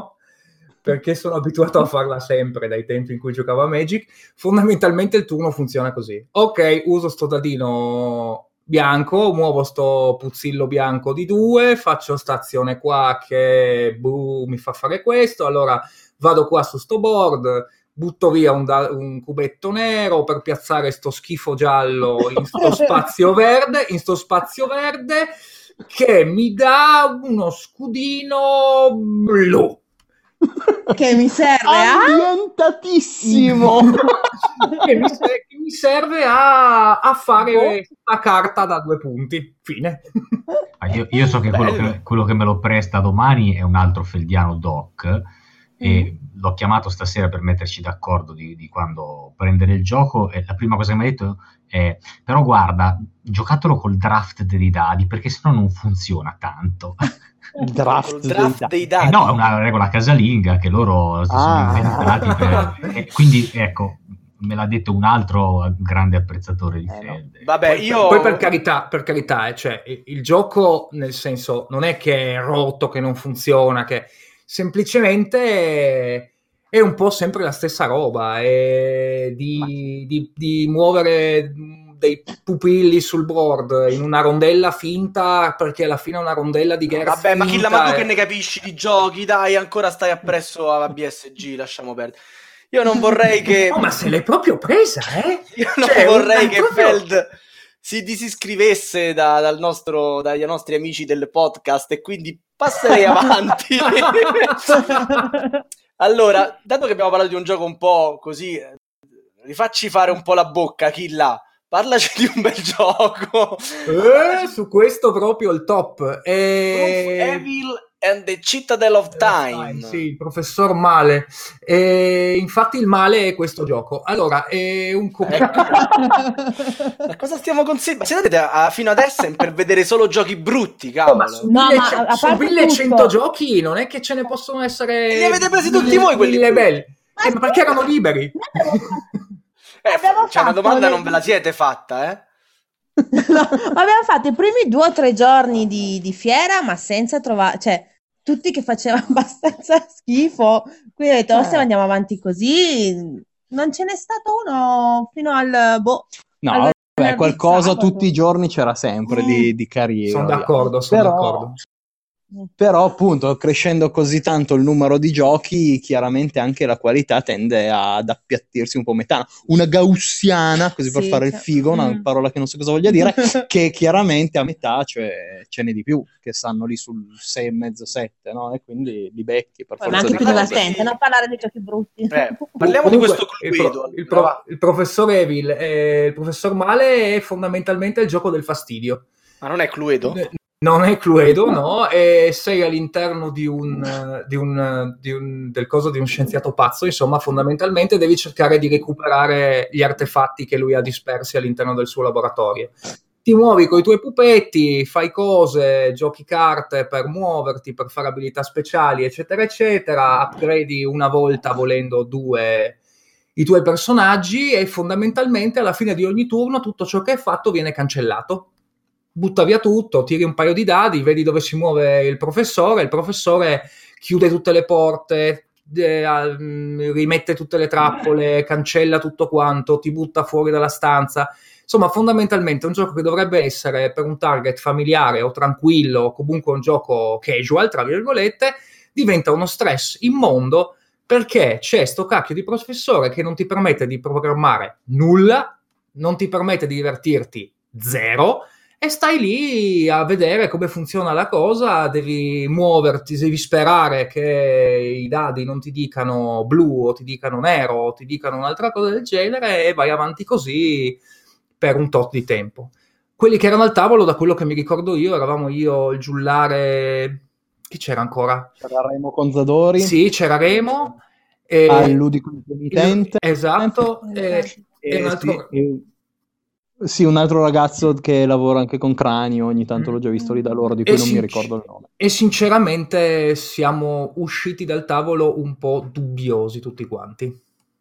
perché sono abituato a farla sempre dai tempi in cui giocavo a Magic. Fondamentalmente il turno funziona così: ok, uso sto dadino bianco, muovo sto puzzillo bianco di due, faccio sta azione qua che buh, mi fa fare questo, allora vado qua su sto board, butto via un, da- un cubetto nero per piazzare sto schifo giallo in sto spazio verde, in sto spazio verde che mi dà uno scudino blu. che mi serve a... Ambientatissimo. che, mi ser- che mi serve a, a fare una carta da due punti. Fine. Ah, Io, io so che quello, Bello. che quello che me lo presta domani è un altro Feldiano Doc e l'ho chiamato stasera per metterci d'accordo di, di quando prendere il gioco e la prima cosa che mi ha detto è: però guarda, giocatelo col draft dei dadi perché sennò non funziona tanto. Il draft, Col draft dei dei Eh dadi. no, è una regola casalinga che loro si sono Ah. inventati per... e quindi ecco, me l'ha detto un altro grande apprezzatore di Eh, no. Feld. Vabbè, Poi, io... poi per carità, per carità eh, cioè, il, il gioco, nel senso, non è che è rotto, che non funziona, che semplicemente è, è un po' sempre la stessa roba, è di, di, di muovere dei pupilli sul board in una rondella finta, perché alla fine è una rondella di Gerz Vabbè, ma Killa, finta ma tu e- che ne capisci di giochi? Dai, ancora stai appresso a B S G, lasciamo perdere. Io non vorrei che... No, ma se l'hai proprio presa, eh? Io non Cioè, vorrei un- che proprio- Feld si disiscrivesse da- dal nostro, dai nostri amici del podcast e quindi passerei avanti. Allora, dato che abbiamo parlato di un gioco un po' così, eh, rifacci fare un po' la bocca, Killa. Parlaci di un bel gioco. Eh, su questo proprio il top. E... Evil and the Citadel of Time. Sì, il professor Male. E infatti il male è questo gioco. Allora, è un co- Ma cosa stiamo consigliando? Siete andati a, a- fino ad Essen per vedere solo giochi brutti, Oh, ma cavolo. su, No, ma millecento a- a su parte millecento tutto- giochi non è che ce ne possono essere. E li avete presi tutti mille- voi quelli mille brutti? belli. Eh, ma perché erano liberi? Eh, Abbiamo c'è una fatto domanda, le- non ve la siete fatta, eh? No, abbiamo fatto i primi due o tre giorni di, di fiera, ma senza trovare, cioè, tutti che facevano abbastanza schifo. Quindi ho detto, oh, se Eh. andiamo avanti così, non ce n'è stato uno fino al boh. No, al vabbè, venerdì, qualcosa sabato. tutti i giorni c'era sempre di, di carino. Sono via. d'accordo, sono Però- d'accordo. Però appunto crescendo così tanto il numero di giochi, chiaramente anche la qualità tende ad appiattirsi un po' metà. Una gaussiana, così per Sì, fare il cioè, figo, una mm. parola che non so cosa voglia dire, che chiaramente a metà cioè, ce n'è di più, che stanno lì sul sei e mezzo sette, no? E quindi li becchi per Poi, ma forza anche di più parlare cose. divertente, no? Parlare dei giochi brutti. Eh, parliamo di Comunque, questo il, Cluedo. pro- il, pro- il professor Evil, eh, il professor Male è fondamentalmente il gioco del fastidio. Ma non è Cluedo? Eh, Non è Cluedo, no? E sei all'interno di un, eh, di un, eh, di un- del coso di un scienziato pazzo, insomma, fondamentalmente devi cercare di recuperare gli artefatti che lui ha dispersi all'interno del suo laboratorio. Ti muovi con i tuoi pupetti, fai cose, giochi carte per muoverti, per fare abilità speciali, eccetera, eccetera, upgradi una volta volendo due i tuoi personaggi e fondamentalmente alla fine di ogni turno tutto ciò che hai fatto viene cancellato. butta via tutto, tiri un paio di dadi, vedi dove si muove il professore, il professore chiude tutte le porte, eh, rimette tutte le trappole, cancella tutto quanto, ti butta fuori dalla stanza. Insomma, fondamentalmente è un gioco che dovrebbe essere per un target familiare o tranquillo, o comunque un gioco casual, tra virgolette, diventa uno stress immondo perché c'è sto cacchio di professore che non ti permette di programmare nulla, non ti permette di divertirti zero, e stai lì a vedere come funziona la cosa, devi muoverti, devi sperare che i dadi non ti dicano blu o ti dicano nero o ti dicano un'altra cosa del genere, e vai avanti così per un tot di tempo. Quelli che erano al tavolo, da quello che mi ricordo io, eravamo io, il giullare... Chi c'era ancora? C'era Remo Conzadori. Sì, c'era Remo. E... Ah, il ludico intermittente. Esatto. E, e, e un altro... Sì, e... Sì, un altro ragazzo che lavora anche con Cranio, ogni tanto l'ho già visto lì da loro, di cui e non sin- mi ricordo il nome. E sinceramente siamo usciti dal tavolo un po' dubbiosi tutti quanti.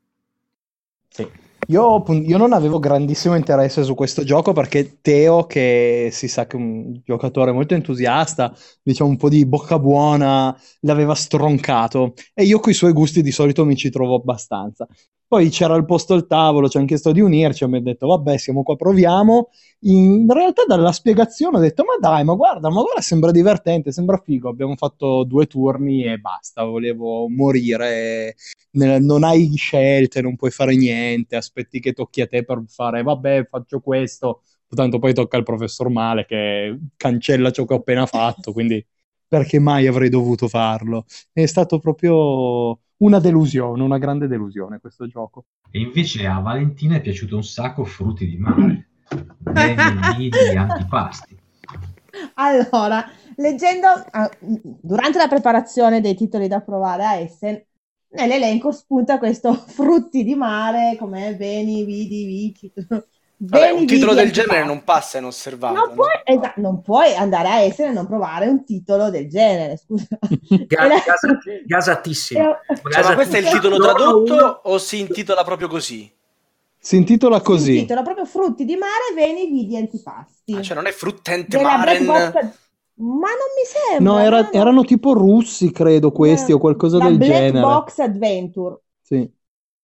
Sì. Io, io non avevo grandissimo interesse su questo gioco perché Teo, che si sa che è un giocatore molto entusiasta, diciamo un po' di bocca buona, l'aveva stroncato, e io coi suoi gusti di solito mi ci trovo abbastanza. Poi c'era il posto al tavolo, ci hanno chiesto di unirci, e mi ha detto vabbè, siamo qua, proviamo. In realtà dalla spiegazione ho detto ma dai, ma guarda, ma guarda, sembra divertente, sembra figo. Abbiamo fatto due turni e basta, volevo morire. Non hai scelte, non puoi fare niente, aspetti che tocchi a te per fare vabbè, faccio questo, tanto poi tocca al professor Male che cancella ciò che ho appena fatto, quindi perché mai avrei dovuto farlo? È stato proprio una delusione, una grande delusione questo gioco. E invece a Valentina è piaciuto un sacco Frutti di Mare, beni, vidi, antipasti. Allora, leggendo uh, durante la preparazione dei titoli da provare a Essen, nell'elenco spunta questo Frutti di Mare come beni, vidi, vici. Vabbè, un titolo vidi, del genere non passa inosservato. Non, no? puoi, esa- non puoi andare a Essen e non provare un titolo del genere, scusa. Ga- la... gasa- gasatissimo. Cioè, ma questo è il titolo tradotto o si intitola proprio così? Si intitola così. Si intitola proprio Frutti di Mare, veni, vidi, antipasti. Ah, cioè non è Fruttente Della Maren? Black Box... Ma non mi sembra. No, era, no? erano tipo russi, credo, questi, La- o qualcosa la del Black genere. Box Adventure. Sì. E,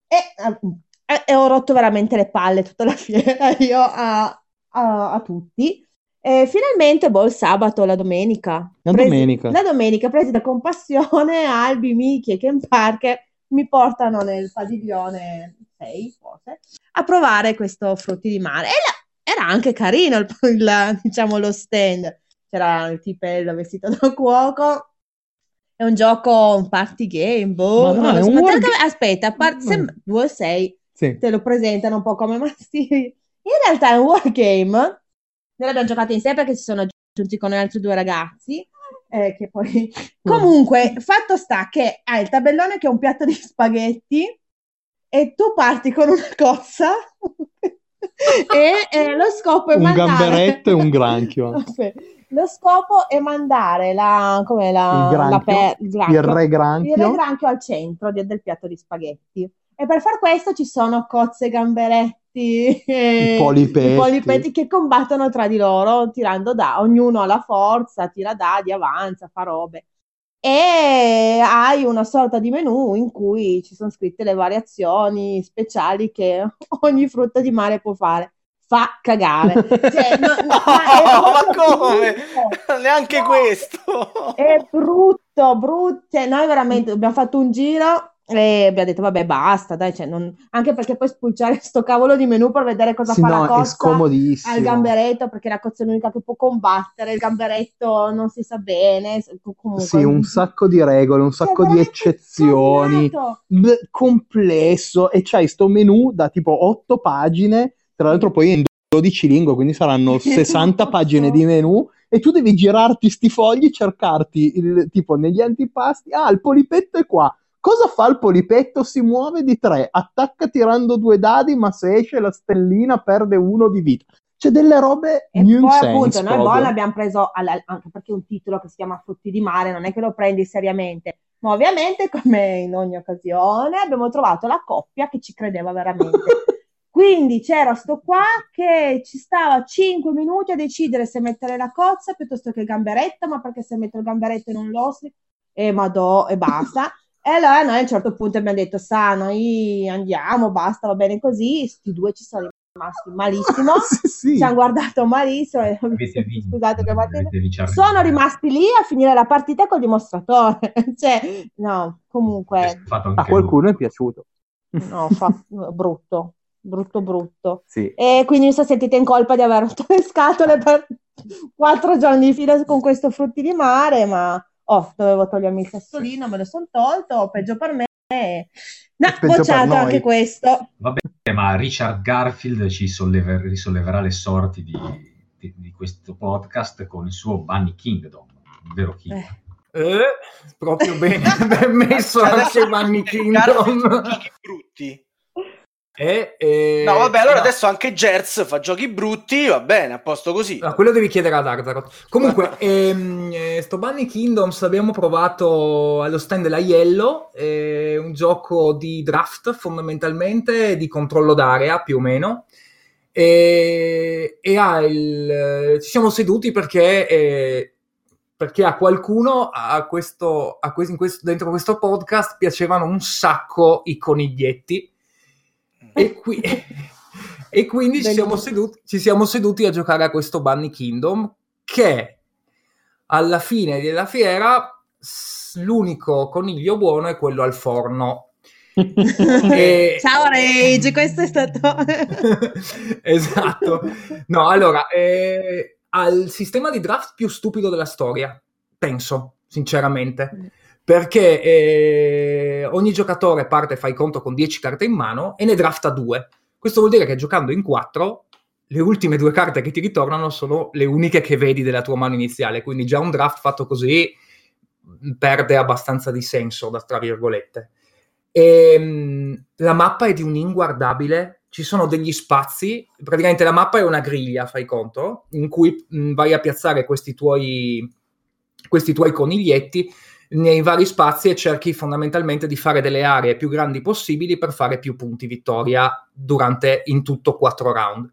eh, e ho rotto veramente le palle tutta la fiera io a, a, a tutti. E finalmente, boh, il sabato, la domenica. La presi, domenica. La domenica, presi da compassione, Albi, Miki e Ken Parker mi portano nel padiglione sei, forse, a provare questo Frutti di Mare. E la, era anche carino il, il, diciamo, lo stand. C'era il tipello vestito da cuoco. È un gioco, un party game, boh. Ma no, non è lo so. un Ma te war lo- ga- aspetta, a parte sem- due sei, Sì. te lo presentano un po' come mastini. In realtà è un wargame. Noi l'abbiamo giocato insieme perché si sono aggiunti con altri due ragazzi. Eh, che poi... Comunque, fatto sta che hai il tabellone che è un piatto di spaghetti e tu parti con una cozza e eh, lo scopo è Un mandare... gamberetto e un granchio. Aspetta. Lo scopo è mandare la, come la, Il granchio, la per, il, granchio, il re granchio. il re granchio al centro di, del piatto di spaghetti. E per far questo ci sono cozze, gamberetti e I polipetti. i polipetti che combattono tra di loro, tirando da, ognuno ha la forza, tira dadi, avanza, fa robe. E hai una sorta di menù in cui ci sono scritte le variazioni speciali che ogni frutta di mare può fare. Fa cagare. Cioè, no, no, ma, Oh, ma come? brutto. Neanche No, questo. è brutto, brutto. Cioè, noi veramente abbiamo fatto un giro e abbiamo detto vabbè basta, dai, cioè, non... anche perché poi spulciare sto cavolo di menù per vedere cosa Sì, fa no, la è cozza scomodissimo. al gamberetto, perché la cozza è l'unica che può combattere, il gamberetto non si sa bene. Comunque, Sì, un sacco di regole, un Cioè, sacco di veramente eccezioni, combinato. b- complesso, e c'hai sto menù da tipo otto pagine, tra l'altro poi in dodici lingue, quindi saranno sessanta pagine di menù, e tu devi girarti sti fogli, cercarti il tipo negli antipasti, ah, il polipetto è qua. Cosa fa il polipetto? Si muove di tre, attacca tirando due dadi, ma se esce la stellina perde uno di vita. C'è delle robe E new poi sense appunto noi proprio. Bon l'abbiamo preso alla- anche perché è un titolo che si chiama Frutti di Mare, non è che lo prendi seriamente, ma ovviamente come in ogni occasione abbiamo trovato la coppia che ci credeva veramente. Quindi c'era sto qua che ci stava cinque minuti a decidere se mettere la cozza piuttosto che il gamberetto, ma perché se metto il gamberetto non lo si... E madò, e basta. E allora noi a un certo punto abbiamo detto, sa, noi andiamo, basta, va bene così. Sti due ci sono rimasti malissimo, sì, sì. ci hanno guardato malissimo. E Avete vinto, scusate, che avete vinto. sono rimasti lì a finire la partita col dimostratore. Cioè, no, comunque... A qualcuno è piaciuto. No, fa... brutto. brutto brutto sì. E quindi mi sono sentita in colpa di aver rotto le scatole per quattro giorni di fila con questo frutti di mare, ma oh, dovevo togliermi il sassolino, me lo sono tolto, peggio per me, no, bocciato anche questo. Vabbè, ma Richard Garfield ci solleve- risolleverà le sorti di, di, di questo podcast con il suo Bunny Kingdom, vero King? Eh. Eh, proprio bene, ben messo anche Bunny Kingdom. Giochi brutti. E, e... No, vabbè, allora no. adesso anche Gers fa giochi brutti, va bene, a posto così. No, quello devi chiedere ad Arzaroth. Comunque, ehm, eh, sto Bunny Kingdoms l'abbiamo provato allo stand della Yellow, è un gioco di draft fondamentalmente, di controllo d'area più o meno, e, e ha il... ci siamo seduti perché... Eh, perché a qualcuno a questo, a questo, in questo, dentro questo podcast piacevano un sacco i coniglietti. E, qui, e quindi ci siamo, seduti, ci siamo seduti a giocare a questo Bunny Kingdom, che alla fine della fiera l'unico coniglio buono è quello al forno. E... Ciao Rage, questo è stato esatto. No, allora eh, ha il sistema di draft più stupido della storia, penso sinceramente, perché eh, ogni giocatore parte, fai conto, con dieci carte in mano e ne drafta due. Questo vuol dire che giocando in quattro, le ultime due carte che ti ritornano sono le uniche che vedi della tua mano iniziale, quindi già un draft fatto così perde abbastanza di senso, da tra virgolette. E, la mappa è di un inguardabile, ci sono degli spazi, praticamente la mappa è una griglia, fai conto, in cui mh, vai a piazzare questi tuoi, questi tuoi coniglietti nei vari spazi e cerchi fondamentalmente di fare delle aree più grandi possibili per fare più punti vittoria durante in tutto quattro round.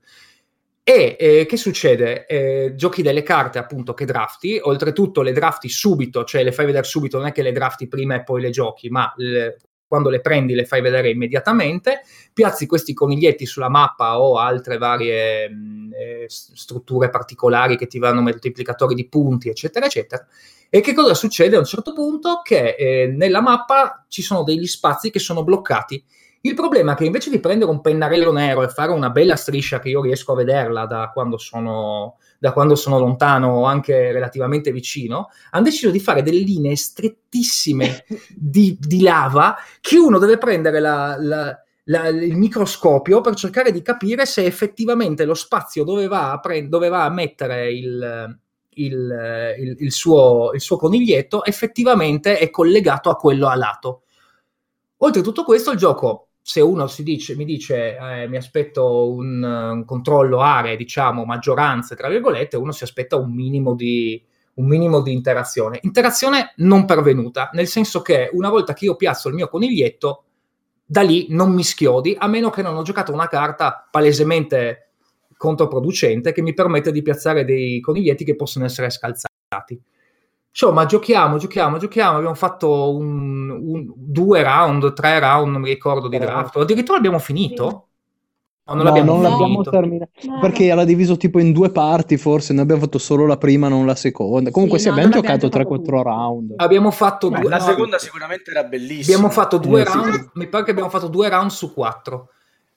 E eh, che succede? Eh, giochi delle carte appunto che drafti, oltretutto le drafti subito, cioè le fai vedere subito, non è che le drafti prima e poi le giochi, ma le, quando le prendi le fai vedere immediatamente, piazzi questi coniglietti sulla mappa o altre varie mh, eh, strutture particolari che ti vanno moltiplicatori di punti, eccetera, eccetera. E che cosa succede a un certo punto? Che eh, nella mappa ci sono degli spazi che sono bloccati. Il problema è che invece di prendere un pennarello nero e fare una bella striscia che io riesco a vederla da quando sono, da quando sono lontano o anche relativamente vicino, hanno deciso di fare delle linee strettissime di, di lava che uno deve prendere la, la, la, il microscopio per cercare di capire se effettivamente lo spazio dove va a, pre- dove va a mettere il... Il, il, il, suo, il suo coniglietto effettivamente è collegato a quello a lato. Oltre a tutto questo, il gioco, se uno si dice, mi dice eh, mi aspetto un, un controllo aree, diciamo maggioranze tra virgolette, uno si aspetta un minimo di un minimo di interazione interazione non pervenuta, nel senso che una volta che io piazzo il mio coniglietto, da lì non mi schiodi, a meno che non ho giocato una carta palesemente controproducente che mi permette di piazzare dei coniglietti che possono essere scalzati. Insomma, giochiamo, giochiamo, giochiamo. Abbiamo fatto un, un, due round, tre round, non mi ricordo di draft. Addirittura abbiamo finito? No, non no, l'abbiamo non finito. l'abbiamo terminato. Perché era diviso tipo in due parti, forse. Noi abbiamo fatto solo la prima, non la seconda. Comunque, sì, sì, no, abbiamo giocato tre quattro round. Abbiamo fatto Beh, due. La no, seconda sicuramente era bellissima. Abbiamo fatto due eh, round. Sì. Mi pare che abbiamo fatto due round su quattro.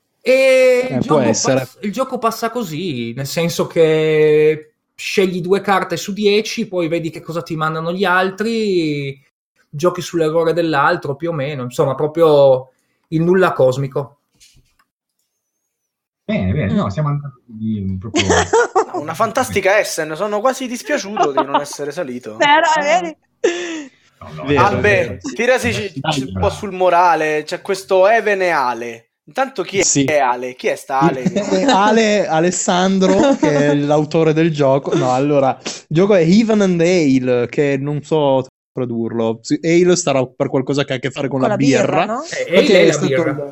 E eh, il, può gioco essere. pass- il gioco passa così, nel senso che scegli due carte su dieci, poi vedi che cosa ti mandano gli altri, giochi sull'errore dell'altro più o meno, insomma proprio il nulla cosmico. Bene, bene, no, siamo andati proprio... No, una fantastica Essen, sono quasi dispiaciuto di non essere salito. Però, vedi? No, no, Vero, Albe, tirasi un po' sul morale, c'è questo Even e Ale. Intanto chi è, Sì. è Ale? Chi è sta Ale? Ale Alessandro, che è l'autore del gioco. No, allora, il gioco è Even and Ale, che non so tradurlo. Ale starà per qualcosa che ha a che fare con, Con la la birra, birra. no? E Perché lei è la stato birra. il-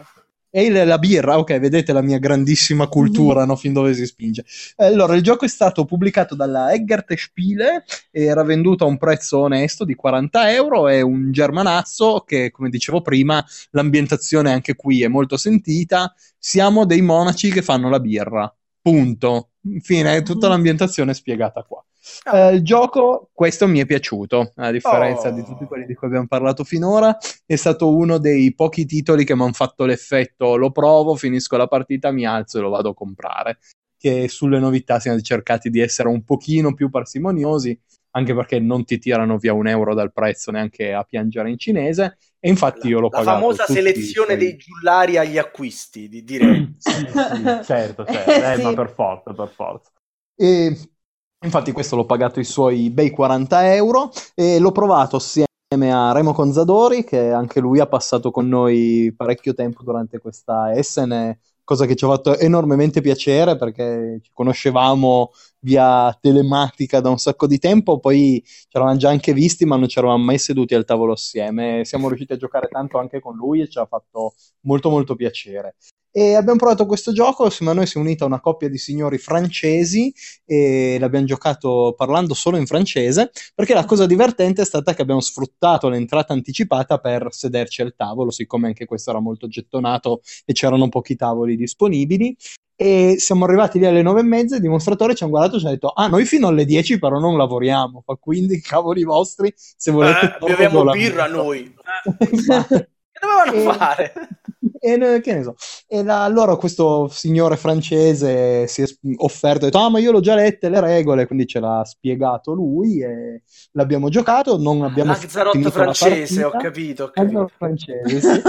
E il- la birra, ok, vedete la mia grandissima cultura, no? Fin dove si spinge. Allora, il gioco è stato pubblicato dalla Eggert Spiele, era venduto a un prezzo onesto di quaranta euro, è un germanazzo che, come dicevo prima, l'ambientazione anche qui è molto sentita, siamo dei monaci che fanno la birra, punto. Infine, tutta l'ambientazione è spiegata qua. Ah. Eh, il gioco, questo mi è piaciuto, a differenza Oh. di tutti quelli di cui abbiamo parlato finora, è stato uno dei pochi titoli che mi hanno fatto l'effetto lo provo, finisco la partita, mi alzo e lo vado a comprare, che sulle novità siamo cercati di essere un pochino più parsimoniosi, anche perché non ti tirano via un euro dal prezzo neanche a piangere in cinese, e infatti io l'ho La pagato famosa tutti selezione sei- dei giullari agli acquisti, di- direi. Sì, sì, certo, certo, Eh, eh, sì. ma per forza, per forza. E infatti questo l'ho pagato i suoi bei quaranta euro e l'ho provato assieme a Remo Conzadori, che anche lui ha passato con noi parecchio tempo durante questa Essen, cosa che ci ha fatto enormemente piacere perché ci conoscevamo via telematica da un sacco di tempo, poi ci eravamo già anche visti, ma non ci eravamo mai seduti al tavolo assieme. Siamo riusciti a giocare tanto anche con lui e ci ha fatto molto molto piacere. E abbiamo provato questo gioco, insieme a noi si è unita una coppia di signori francesi e l'abbiamo giocato parlando solo in francese, perché la cosa divertente è stata che abbiamo sfruttato l'entrata anticipata per sederci al tavolo, siccome anche questo era molto gettonato e c'erano pochi tavoli disponibili. E siamo arrivati lì alle nove e mezza, il dimostratore ci ha guardato e ci ha detto ah, noi fino alle dieci però non lavoriamo, fa quindi cavoli vostri, se volete Eh, beviamo birra noi. Esatto. Che dovevano E- fare? E, ne- che ne so. E la- allora questo signore francese si è s- offerto, ha detto, ah ma io l'ho già lette le regole, quindi ce l'ha spiegato lui e l'abbiamo giocato, non abbiamo L'axarot finito la francese, ho partita. capito, ho L'axarot capito. francese, sì.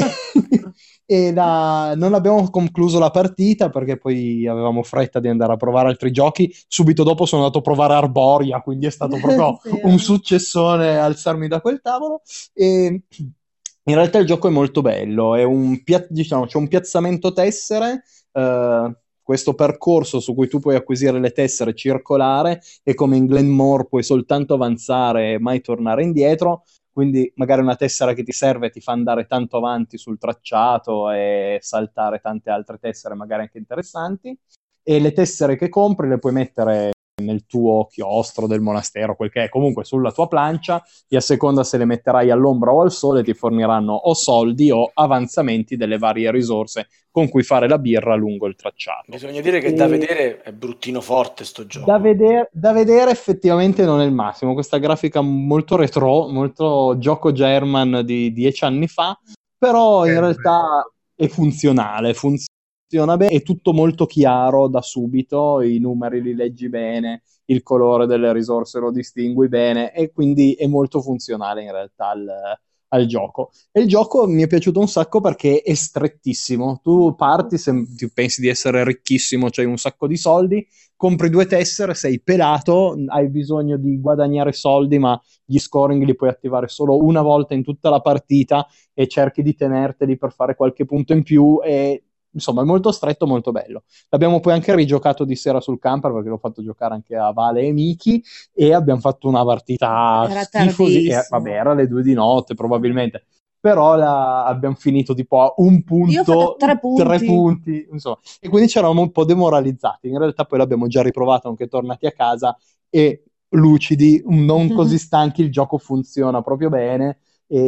E, e la- non abbiamo concluso la partita perché poi avevamo fretta di andare a provare altri giochi. Subito dopo sono andato a provare Arboria, quindi è stato proprio Sì, un eh. successone alzarmi da quel tavolo. E in realtà il gioco è molto bello, è un pia- diciamo, c'è un piazzamento tessere, eh, questo percorso su cui tu puoi acquisire le tessere circolare e come in Glenmore puoi soltanto avanzare e mai tornare indietro, quindi magari una tessera che ti serve ti fa andare tanto avanti sul tracciato e saltare tante altre tessere magari anche interessanti, e le tessere che compri le puoi mettere nel tuo chiostro del monastero, quel che è, comunque sulla tua plancia, e a seconda se le metterai all'ombra o al sole ti forniranno o soldi o avanzamenti delle varie risorse con cui fare la birra lungo il tracciato. Bisogna dire che E- da vedere è bruttino forte sto gioco. Da vedere, da vedere effettivamente non è il massimo, questa grafica molto retro, molto gioco German di dieci anni fa, però in Eh, realtà è funzionale, funziona bene, è tutto molto chiaro da subito, i numeri li leggi bene, il colore delle risorse lo distingui bene e quindi è molto funzionale in realtà al, al gioco. E il gioco mi è piaciuto un sacco perché è strettissimo, tu parti, se ti pensi di essere ricchissimo, c'hai un sacco di soldi, compri due tessere, sei pelato, hai bisogno di guadagnare soldi, ma gli scoring li puoi attivare solo una volta in tutta la partita e cerchi di tenerteli per fare qualche punto in più e insomma è molto stretto, molto bello. L'abbiamo poi anche rigiocato di sera sul camper perché l'ho fatto giocare anche a Vale e Miki e abbiamo fatto una partita Era schifosi, e, tardissimo. vabbè era le due di notte probabilmente, però la, abbiamo finito tipo a un punto, Io ho fatto tre punti. tre punti, insomma, e quindi c'eravamo un po' demoralizzati. In realtà poi l'abbiamo già riprovato anche tornati a casa e lucidi, non così stanchi, il gioco funziona proprio bene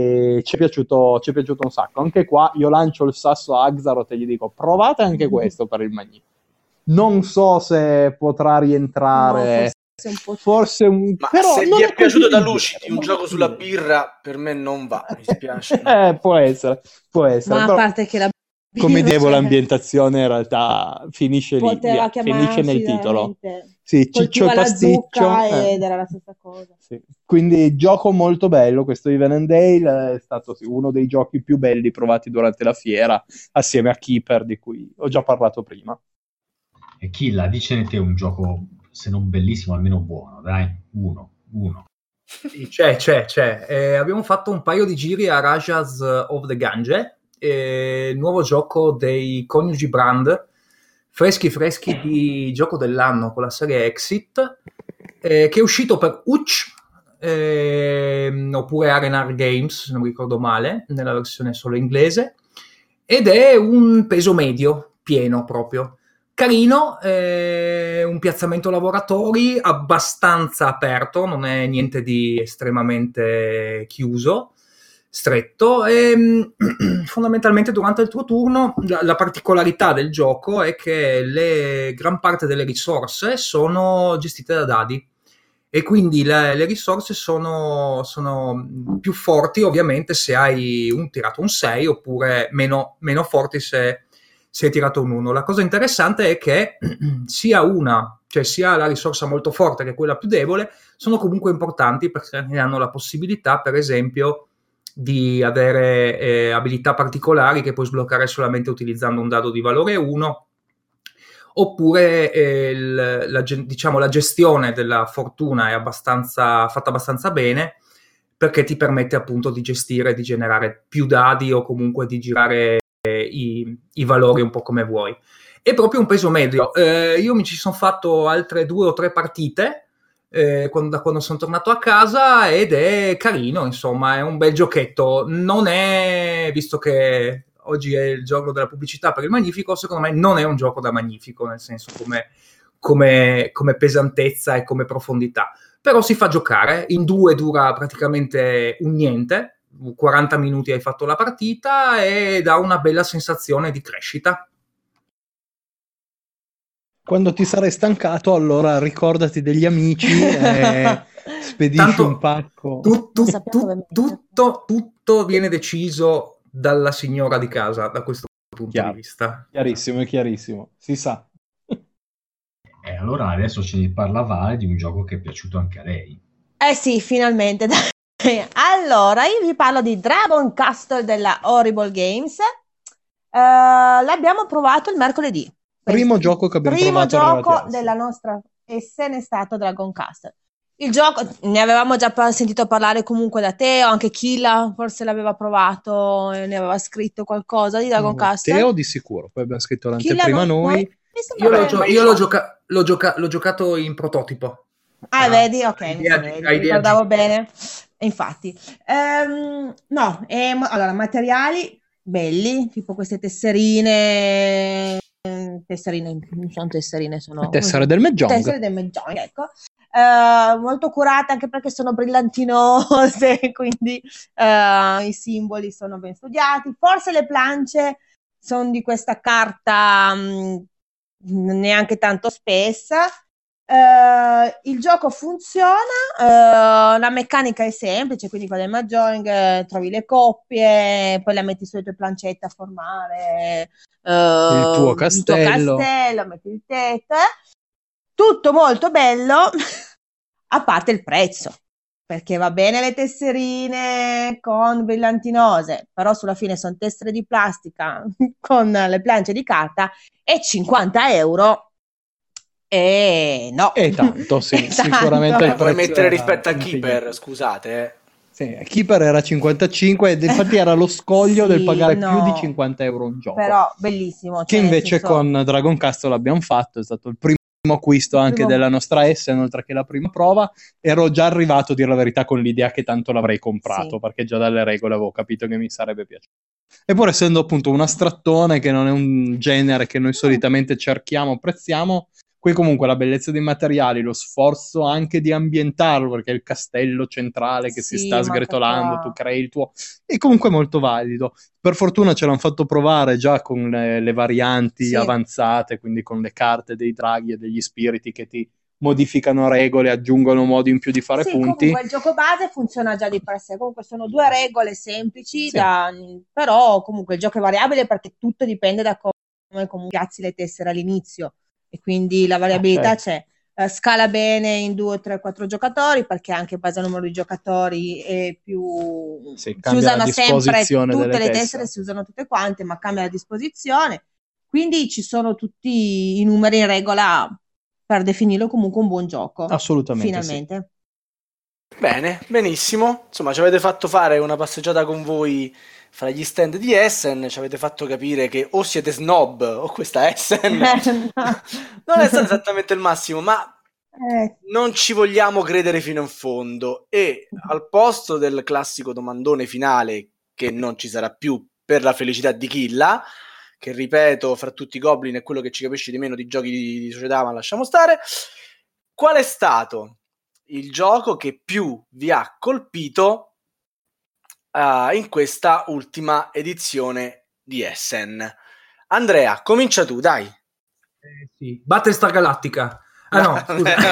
e ci è piaciuto, ci è piaciuto un sacco. Anche qua io lancio il sasso a Axaroth e gli dico provate anche questo per il Magnifico. Non so se potrà rientrare. No, forse un po'. Forse un... Ma però se non vi è è piaciuto così da leggero, lucidi un non è gioco così sulla leggero. birra, per me non va, mi spiace. Eh, può essere, può essere. Ma a però, parte che la come birra, dicevo, cioè, l'ambientazione in realtà finisce lì, poteva via, finisce nel chiamarsi titolo. veramente Sì, Ciccio coltiva e la Pasticcio. zucca eh. ed era la stessa cosa. Sì. Quindi gioco molto bello, questo Even and Dale è stato sì, uno dei giochi più belli provati durante la fiera, assieme a Keeper di cui ho già parlato prima. E Killa, dicene te un gioco, se non bellissimo, almeno buono, dai, uno, uno. Sì, c'è, c'è, c'è. Eh, abbiamo fatto un paio di giri a Rajas of the Gange, eh, il nuovo gioco dei coniugi Brand, freschi freschi di gioco dell'anno con la serie Exit, eh, che è uscito per U C, eh, oppure Arenar Games, se non mi ricordo male, nella versione solo inglese. ed è un peso medio, pieno proprio. Carino, eh, un piazzamento lavoratori abbastanza aperto, non è niente di estremamente chiuso, stretto, e fondamentalmente durante il tuo turno la, la particolarità del gioco è che le, gran parte delle risorse sono gestite da dadi, e quindi le, le risorse sono, sono più forti ovviamente se hai un, tirato un sei, oppure meno, meno forti se si è tirato un uno. La cosa interessante è che sia una, cioè sia la risorsa molto forte che quella più debole, sono comunque importanti perché hanno la possibilità, per esempio, di avere eh, abilità particolari che puoi sbloccare solamente utilizzando un dado di valore uno, oppure eh, il, la, diciamo, la gestione della fortuna è abbastanza, fatta abbastanza bene, perché ti permette appunto di gestire, di generare più dadi o comunque di girare I, i valori un po' come vuoi. È proprio un peso medio. Eh, io mi ci sono fatto altre due o tre partite eh, quando, da quando sono tornato a casa, ed è carino, insomma, è un bel giochetto. Non è, visto che oggi è il giorno della pubblicità per il Magnifico, secondo me non è un gioco da Magnifico, nel senso come, come, come pesantezza e come profondità, però si fa giocare. In due dura praticamente un niente, quaranta minuti hai fatto la partita, e dà una bella sensazione di crescita. Quando ti sarai stancato, allora ricordati degli amici e spedisci Tanto un pacco. Tu, tu, tu, tutto, tutto viene deciso dalla signora di casa, da questo punto Chiaro. di vista. Chiarissimo, è chiarissimo, si sa. E allora adesso ce ne parla Vale di un gioco che è piaciuto anche a lei. Eh sì, finalmente. Allora, io vi parlo di Dragon Castle della Horrible Games. Uh, l'abbiamo provato il mercoledì. Primo gioco che abbiamo Primo provato. Primo gioco della nostra Essen è stato Dragon Castle. Il gioco, ne avevamo già sentito parlare comunque da Teo, anche Killa forse l'aveva provato, ne aveva scritto qualcosa di Dragon no, Castle. Teo di sicuro, poi abbiamo scritto l'anteprima non, noi. Io, l'ho, gio- io l'ho, gioca- l'ho, gioca- l'ho giocato in prototipo. Ah, ah vedi? Ok, idea, mi idea, ricordavo idea. Bene. Infatti, um, no, eh, allora, materiali belli, tipo queste tesserine, tesserine, non sono tesserine, sono... Tessere del Mahjong. Tessere del Mahjong, ecco. Uh, molto curate anche perché sono brillantinose, quindi uh, i simboli sono ben studiati. Forse le planche sono di questa carta um, neanche tanto spessa. Uh, il gioco funziona, uh, la meccanica è semplice, quindi con il Mahjong eh, trovi le coppie, poi la metti sulle tue plancette a formare uh, il tuo castello, il tuo castello, metti il tetto, eh. Tutto molto bello, a parte il prezzo, perché va bene le tesserine con brillantinose, però sulla fine sono tessere di plastica con le planche di carta, e cinquanta euro. E no, è tanto, sì, è sicuramente tanto. Puoi mettere rispetto a Keeper, scusate, eh. Sì, Keeper era cinquantacinque ed infatti era lo scoglio sì, del pagare no, più di cinquanta euro un gioco. Però bellissimo. Che cioè invece senso... con Dragon Castle l'abbiamo fatto, è stato il primo acquisto il anche primo... della nostra Essen, oltre che la prima prova. Ero già arrivato, a dire la verità, con l'idea che tanto l'avrei comprato, sì, perché già dalle regole avevo capito che mi sarebbe piaciuto. Eppure, essendo appunto un astrattone, che non è un genere che noi solitamente cerchiamo, apprezziamo, qui comunque la bellezza dei materiali, lo sforzo anche di ambientarlo, perché è il castello centrale che sì, si sta sgretolando, qua... tu crei il tuo, è comunque molto valido. Per fortuna ce l'hanno fatto provare già con le, le varianti sì, avanzate, quindi con le carte dei draghi e degli spiriti che ti modificano regole, aggiungono modi in più di fare sì, punti. Comunque il gioco base funziona già di per sé, comunque sono due regole semplici, sì, da, però comunque il gioco è variabile perché tutto dipende da come, come piazzi le tessere all'inizio. E quindi la variabilità ah, certo, c'è, uh, scala bene in due, tre, quattro giocatori, perché anche in base al numero di giocatori è più sì, si usano sempre tutte le tessere, tessere, si usano tutte quante, ma cambia la disposizione, quindi ci sono tutti i numeri in regola per definirlo comunque un buon gioco. Assolutamente. Finalmente. Sì. Bene, benissimo. Insomma, ci avete fatto fare una passeggiata con voi fra gli stand di Essen, ci avete fatto capire che o siete snob o questa Essen no, non è stato esattamente il massimo, ma eh. non ci vogliamo credere fino in fondo, e al posto del classico domandone finale, che non ci sarà più per la felicità di Killa, che ripeto, fra tutti i Goblin è quello che ci capisce di meno di giochi di, di società, ma lasciamo stare. Qual è stato il gioco che più vi ha colpito uh, in questa ultima edizione di Essen? Andrea, comincia tu, dai. Eh, sì. Battlestar Galactica. Ah no, scusa.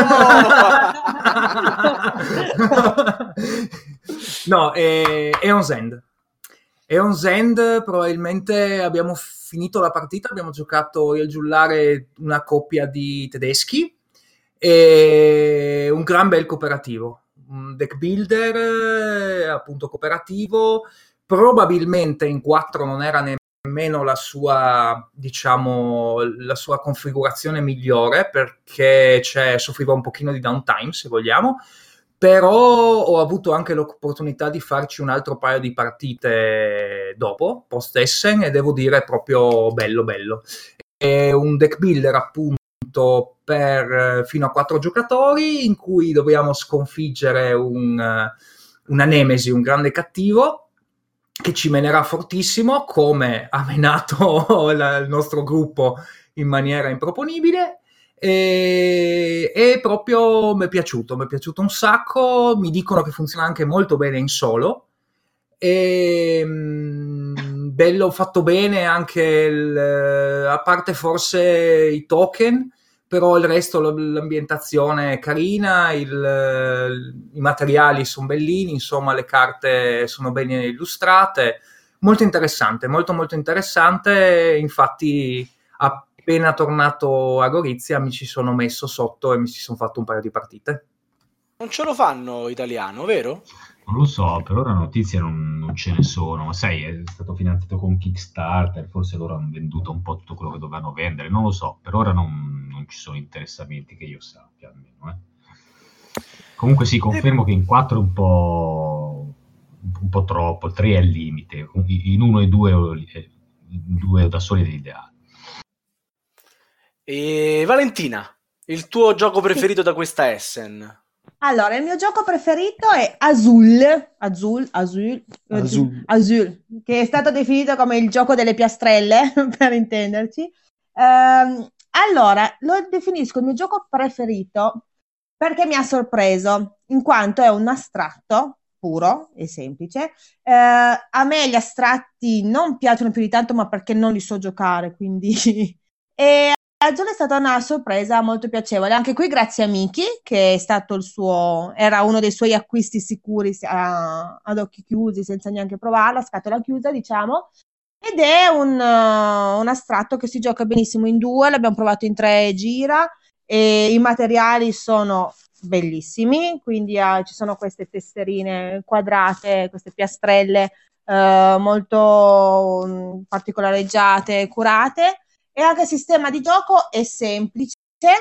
Bravo! No, è Eon's End. Eon's End, probabilmente abbiamo finito la partita, abbiamo giocato io e il giullare una coppia di tedeschi e un gran bel cooperativo, un deck builder appunto cooperativo, probabilmente in quattro non era nemmeno la sua, diciamo, la sua configurazione migliore, perché c'è, soffriva un pochino di downtime, se vogliamo, però ho avuto anche l'opportunità di farci un altro paio di partite dopo, post Essen, e devo dire proprio bello bello. È un deck builder appunto per fino a quattro giocatori, in cui dobbiamo sconfiggere un, una nemesi, un grande cattivo, che ci menerà fortissimo, come ha menato la, il nostro gruppo in maniera improponibile. E, e proprio mi è piaciuto, mi è piaciuto un sacco. Mi dicono che funziona anche molto bene in solo. E, mh, bello, fatto bene anche il, a parte forse i token, però il resto, l'ambientazione è carina, il, i materiali sono bellini, insomma le carte sono ben illustrate, molto interessante, molto molto interessante. Infatti appena tornato a Gorizia mi ci sono messo sotto e mi ci sono fatto un paio di partite. Non ce lo fanno italiano, vero? Non lo so, per ora notizie non, non ce ne sono, ma sai, è stato finanziato con Kickstarter, forse loro hanno venduto un po' tutto quello che dovevano vendere, non lo so, per ora non, non ci sono interessamenti che io sappia almeno. Eh. Comunque sì, confermo che in quattro è un po', un po' troppo, il tre è il limite, in uno e due, due da soli è l'ideale. E Valentina, il tuo gioco preferito da questa Essen? Allora, il mio gioco preferito è Azul, Azul, Azul, Azul. Azul, che è stato definito come il gioco delle piastrelle, per intenderci. Ehm, allora, lo definisco il mio gioco preferito perché mi ha sorpreso, in quanto è un astratto puro e semplice. Eh, a me gli astratti non piacciono più di tanto, ma perché non li so giocare, quindi... e Azul è stata una sorpresa molto piacevole, anche qui grazie a Miki, che è stato il suo, era uno dei suoi acquisti sicuri a, ad occhi chiusi, senza neanche provarla, scatola chiusa diciamo, ed è un, uh, un astratto che si gioca benissimo in due, l'abbiamo provato in tre e gira, e i materiali sono bellissimi, quindi uh, ci sono queste tesserine quadrate, queste piastrelle uh, molto um, particolareggiate, curate. E anche il sistema di gioco è semplice,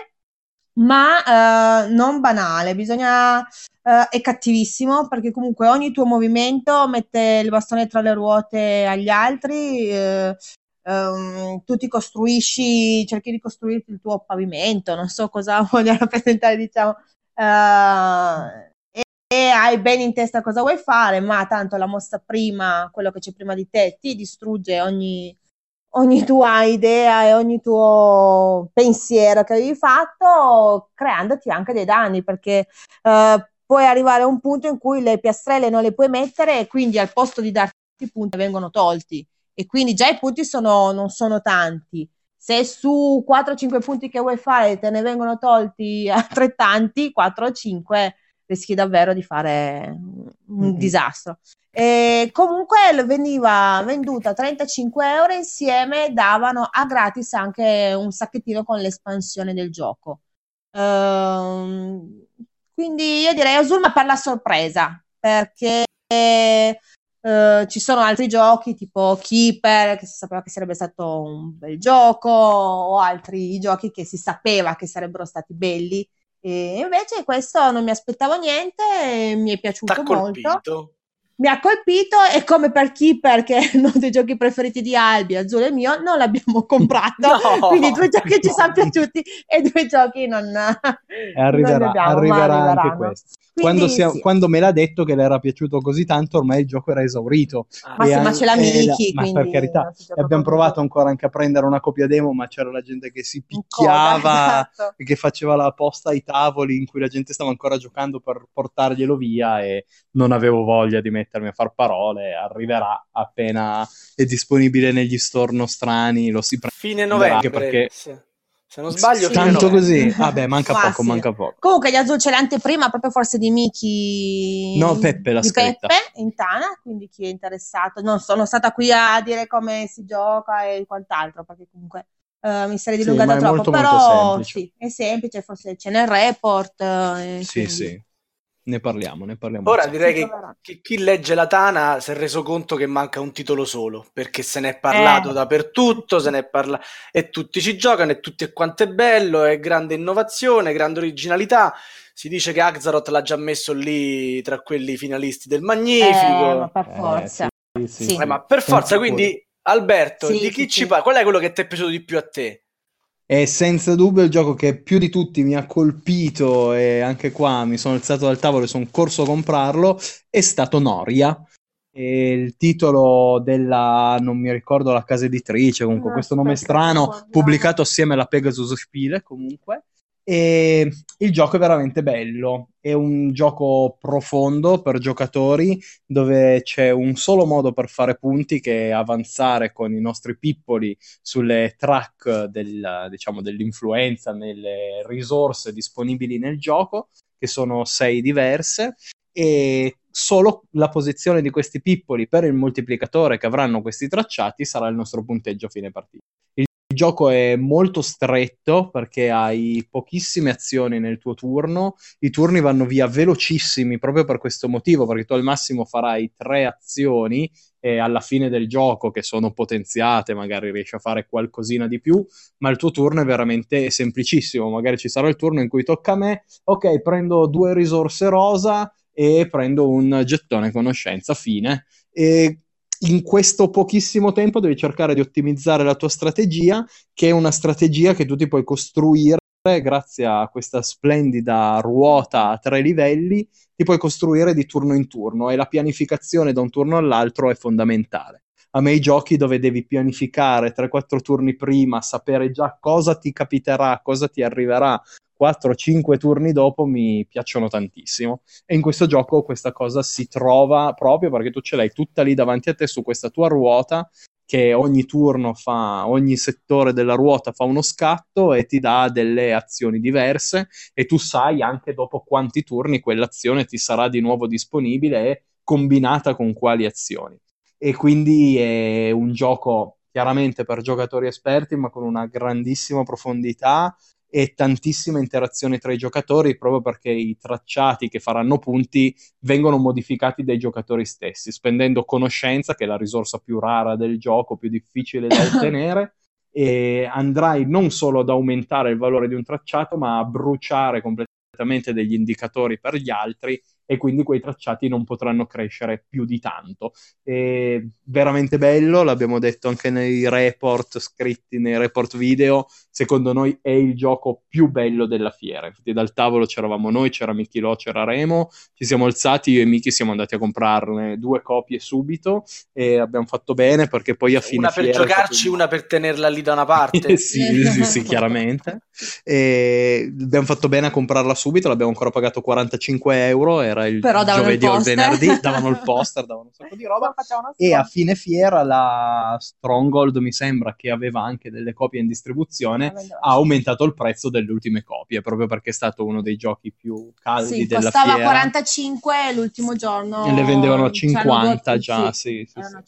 ma eh, non banale. Bisogna, eh, è cattivissimo, perché comunque ogni tuo movimento mette il bastone tra le ruote agli altri, eh, ehm, tu ti costruisci, cerchi di costruirti il tuo pavimento, non so cosa voglio rappresentare, diciamo, eh, e, e hai ben in testa cosa vuoi fare, ma tanto la mossa prima, quello che c'è prima di te, ti distrugge ogni... ogni tua idea e ogni tuo pensiero che avevi fatto, creandoti anche dei danni, perché eh, puoi arrivare a un punto in cui le piastrelle non le puoi mettere e quindi al posto di darti i punti vengono tolti, e quindi già i punti sono, non sono tanti. Se su quattro cinque punti che vuoi fare te ne vengono tolti altrettanti, quattro o cinque, rischi davvero di fare un mm-hmm. disastro. E comunque veniva venduta a trentacinque euro, insieme davano a gratis anche un sacchettino con l'espansione del gioco. Ehm, quindi io direi Azul, ma per la sorpresa, perché eh, ci sono altri giochi tipo Keeper, che si sapeva che sarebbe stato un bel gioco, o altri giochi che si sapeva che sarebbero stati belli, e invece questo non mi aspettavo niente, mi è piaciuto T'ha molto. Colpito. Mi ha colpito, e come per Keeper, che è uno dei giochi preferiti di Albi, Azul e mio, non l'abbiamo comprato, no, quindi due giochi no. ci sono piaciuti e due giochi non, e arriverà, non abbiamo, arriverà ma anche questo. quando, sia, sì. quando me l'ha detto che le era piaciuto così tanto, ormai il gioco era esaurito. Ma, e sì, an- ma ce l'ha e la- Miki, ma quindi per carità, non si e gioca abbiamo con provato lui. ancora anche a prendere una copia demo, ma c'era la gente che si In coda, picchiava esatto. e che faceva la posta ai tavoli in cui la gente stava ancora giocando per portarglielo via, e non avevo voglia di mettermi a far parole. Arriverà appena è disponibile negli store nostrani, lo si Fine prenderà, anche novembre, perché se, se non sbaglio, fine tanto novembre. così. Vabbè, manca Ma poco, sì. manca poco. Comunque gli Azul c'è l'anteprima proprio forse di Miki, No, Peppe l'ha di scritta. Peppe in Tana, quindi chi è interessato, non sono stata qui a dire come si gioca e quant'altro, perché comunque eh, mi sarei Sì, dilungata ma è troppo, molto, però molto semplice. sì, è semplice, forse c'è nel report. eh, Sì, quindi sì, ne parliamo, ne parliamo. Ora un sacco. direi si che troverà. chi, chi legge la Tana si è reso conto che manca un titolo solo, perché se ne è parlato Eh. dappertutto, se ne è parla- e tutti ci giocano, e tutti e quanto è bello, è grande innovazione, grande originalità. Si dice che Axaroth l'ha già messo lì tra quelli finalisti del Eh, ma Magnifico. per Eh, forza. sì, sì, Sì. sì. Eh, ma per Sono forza, sicuro. quindi Alberto, Sì, di chi sì, ci sì. parla? Qual è quello che ti è piaciuto di più a te? E senza dubbio il gioco che più di tutti mi ha colpito, e anche qua mi sono alzato dal tavolo e sono corso a comprarlo, è stato Noria. E il titolo della, non mi ricordo la casa editrice, comunque questo nome Aspetta, strano, guardiamo. pubblicato assieme alla Pegasus Spiele comunque. E il gioco è veramente bello, è un gioco profondo per giocatori, dove c'è un solo modo per fare punti, che è avanzare con i nostri pippoli sulle track del, diciamo, dell'influenza, nelle risorse disponibili nel gioco, che sono sei diverse, e solo la posizione di questi pippoli per il moltiplicatore che avranno questi tracciati sarà il nostro punteggio a fine partita. Il gioco è molto stretto perché hai pochissime azioni nel tuo turno, i turni vanno via velocissimi proprio per questo motivo, perché tu al massimo farai tre azioni e alla fine del gioco, che sono potenziate, magari riesci a fare qualcosina di più, ma il tuo turno è veramente semplicissimo. Magari ci sarà il turno in cui tocca a me, ok, prendo due risorse rosa e prendo un gettone conoscenza, fine. E in questo pochissimo tempo devi cercare di ottimizzare la tua strategia, che è una strategia che tu ti puoi costruire grazie a questa splendida ruota a tre livelli, ti puoi costruire di turno in turno, e la pianificazione da un turno all'altro è fondamentale. A me i giochi dove devi pianificare tre quattro turni prima, sapere già cosa ti capiterà, cosa ti arriverà quattro cinque turni dopo, mi piacciono tantissimo. E in questo gioco questa cosa si trova proprio perché tu ce l'hai tutta lì davanti a te su questa tua ruota, che ogni turno fa, ogni settore della ruota fa uno scatto e ti dà delle azioni diverse, e tu sai anche dopo quanti turni quell'azione ti sarà di nuovo disponibile e combinata con quali azioni. E quindi è un gioco chiaramente per giocatori esperti, ma con una grandissima profondità e tantissime interazioni tra i giocatori, proprio perché i tracciati che faranno punti vengono modificati dai giocatori stessi, spendendo conoscenza, che è la risorsa più rara del gioco, più difficile da ottenere, e andrai non solo ad aumentare il valore di un tracciato, ma a bruciare completamente degli indicatori per gli altri, e quindi quei tracciati non potranno crescere più di tanto. È veramente bello, l'abbiamo detto anche nei report scritti, nei report video, secondo noi è il gioco più bello della fiera. Infatti dal tavolo c'eravamo noi, c'era Miki Lo, c'era Remo, ci siamo alzati, io e Miki siamo andati a comprarne due copie subito, e abbiamo fatto bene, perché poi a fine Una per fiera giocarci, proprio... una per tenerla lì da una parte. sì, sì, sì, chiaramente. E abbiamo fatto bene a comprarla subito, l'abbiamo ancora pagato quarantacinque euro, era il Però davano il giovedì o il poster. venerdì, davano il poster, davano un sacco di roba. E a fine fiera la Stronghold, mi sembra, che aveva anche delle copie in distribuzione, ha aumentato il prezzo delle ultime copie, proprio perché è stato uno dei giochi più caldi sì, della costava fiera. quarantacinque l'ultimo giorno. E le vendevano a cinquanta due... già, sì, sì, sì, erano... sì.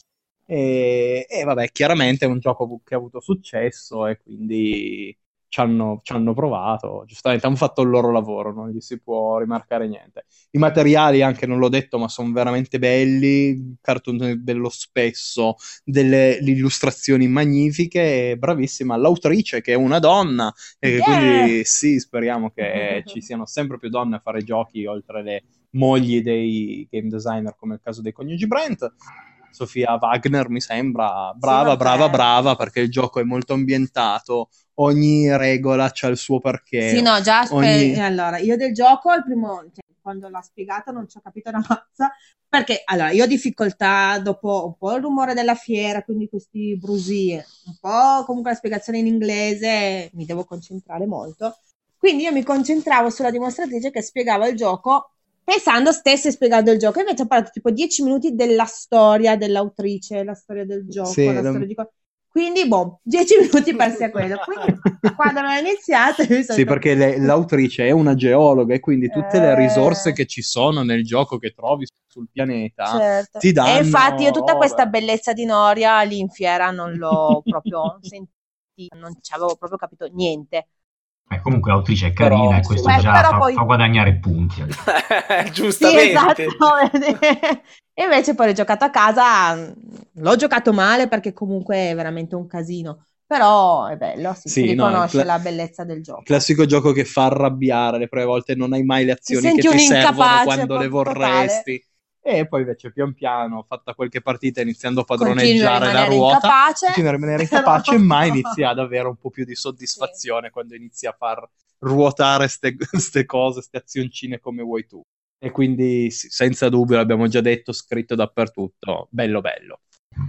E, e vabbè, chiaramente è un gioco che ha avuto successo, e quindi ci hanno, ci hanno provato, giustamente hanno fatto il loro lavoro, non gli si può rimarcare niente. I materiali, anche non l'ho detto, ma sono veramente belli, cartone bello spesso, delle illustrazioni magnifiche, e bravissima l'autrice, che è una donna, e Yeah! quindi sì, speriamo che ci siano sempre più donne a fare giochi, oltre le mogli dei game designer, come il caso dei coniugi Brent. Sofia Wagner mi sembra brava, Sì, brava, brava, perché il gioco è molto ambientato, ogni regola c'ha il suo perché. Sì, no, già aspe- ogni... allora, io del gioco il primo, cioè, quando l'ha spiegata non ci ho capito una mazza, perché allora io ho difficoltà dopo un po' il rumore della fiera, quindi questi brusii, un po' comunque la spiegazione in inglese, mi devo concentrare molto, quindi io mi concentravo sulla dimostratrice che spiegava il gioco pensando stesse spiegando il gioco, invece ha parlato tipo dieci minuti della storia dell'autrice, la storia del gioco, Sì, la la- storia di co- quindi boh, dieci minuti persi a quello. Quindi quando l'ho iniziato io mi sono Sì, detto, perché le- l'autrice è una geologa e quindi tutte le Eh. risorse che ci sono nel gioco che trovi sul pianeta certo. ti danno... E infatti io tutta oh, questa beh. bellezza di Noria lì in fiera non l'ho proprio sentita, non ci avevo proprio capito niente. Eh, comunque l'autrice è Però, carina e questo Beh, già però fa, poi- fa guadagnare punti. Sì, Giustamente. esatto. E invece poi l'ho giocato a casa, mh, l'ho giocato male perché comunque è veramente un casino, però è bello, si, Sì, si no, riconosce il cla- la bellezza del gioco. Classico gioco che fa arrabbiare, le prime volte non hai mai le azioni che senti ti un servono incapace quando le proprio vorresti. E poi invece pian piano, fatta qualche partita, iniziando a Continui a padroneggiare la rimanere ruota, incapace. continui a rimanere incapace, Però- ma inizi ad avere un po' più di soddisfazione quando inizi a far ruotare ste cose, ste azioncine come vuoi tu. E quindi sì, senza dubbio, l'abbiamo già detto, scritto dappertutto, bello bello.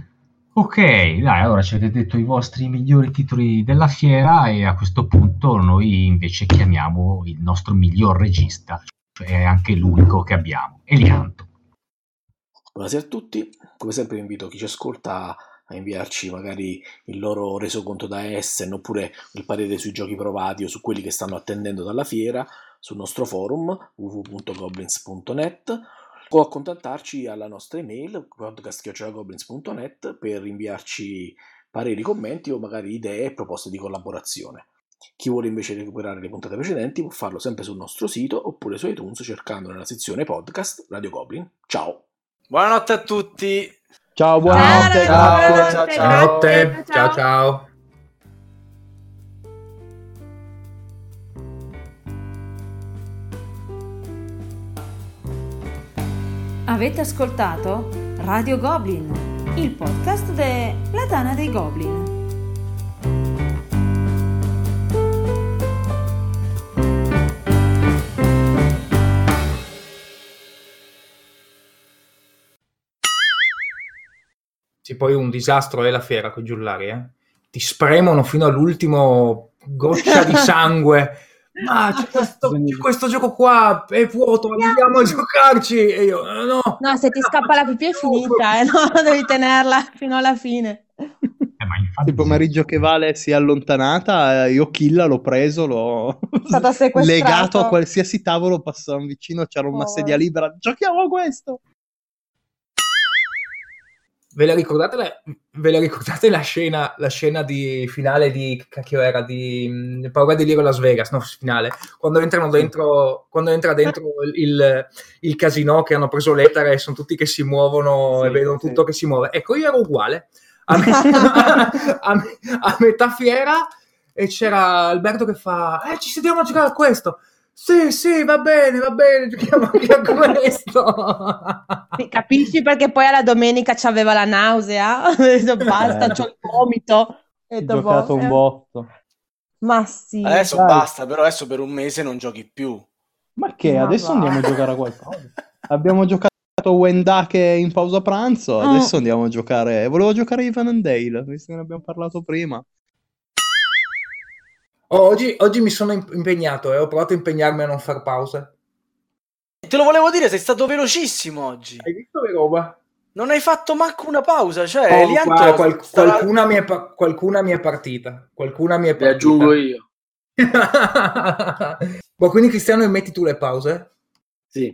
Ok, dai, allora ci avete detto i vostri migliori titoli della fiera e a questo punto noi invece chiamiamo il nostro miglior regista, cioè anche l'unico che abbiamo, Elianto. Buonasera a tutti, come sempre invito chi ci ascolta a inviarci magari il loro resoconto da Essen oppure il parere sui giochi provati o su quelli che stanno attendendo dalla fiera sul nostro forum w w w punto goblins punto net o a contattarci alla nostra email podcast chiocciola goblins punto net per inviarci pareri, commenti o magari idee e proposte di collaborazione. Chi vuole invece recuperare le puntate precedenti può farlo sempre sul nostro sito oppure su iTunes cercando nella sezione podcast Radio Goblin. Ciao! Buonanotte a tutti! Ciao, buonanotte, Ciao, grazie. ciao, ciao. Buonanotte, ciao ciao. Avete ascoltato Radio Goblin, il podcast della Tana dei Goblin. Sì, poi un disastro è la fiera con i giullari, eh. Ti spremono fino all'ultimo goccia di sangue. Ma c'è questo, c'è questo gioco qua, è vuoto, andiamo a giocarci. E io, no. No, se ti scappa la pipì è finita, eh, no, devi tenerla fino alla fine. Eh, ma infatti, Il pomeriggio che Vale si è allontanata, eh, io Killa l'ho preso, l'ho stato sequestrato. legato a qualsiasi tavolo, passavamo vicino, c'era una Oh. sedia libera, giochiamo a questo! Ve la ricordate la, ve la ricordate la scena, la scena di finale di che cacchio era di mh, Paura di Liro Las Vegas, no, finale, quando entrano dentro, quando entra dentro il, il casino che hanno preso l'etere e sono tutti che si muovono Sì, e vedono sì. tutto che si muove. Ecco, io ero uguale a, me- a, me- a metà fiera e c'era Alberto che fa eh, ci sediamo a giocare a questo. Sì, sì, va bene, va bene, giochiamo anche a questo. Sì, capisci perché poi alla domenica c'aveva la nausea? Ho detto, basta, Eh. c'ho il vomito. Ho Ho detto, giocato boh, un eh. botto. Ma sì. Adesso Dai. basta, però adesso per un mese non giochi più. Ma che, Ma adesso va. andiamo a giocare a qualcosa. Abbiamo giocato Wendake in pausa pranzo, Mm. adesso andiamo a giocare... Volevo giocare a Ivan and Dale, visto che ne abbiamo parlato prima. Oh, oggi, oggi mi sono imp- impegnato e ho provato a impegnarmi a non far pause. Te lo volevo dire, sei stato velocissimo oggi. Hai visto che roba? Non hai fatto manco una pausa, cioè Oh, Elianto guarda, qual- stava- qualcuna, mi è pa- qualcuna mi è partita. Qualcuna mi è Le partita. aggiungo io. Boh, quindi Cristiano metti tu le pause? Sì.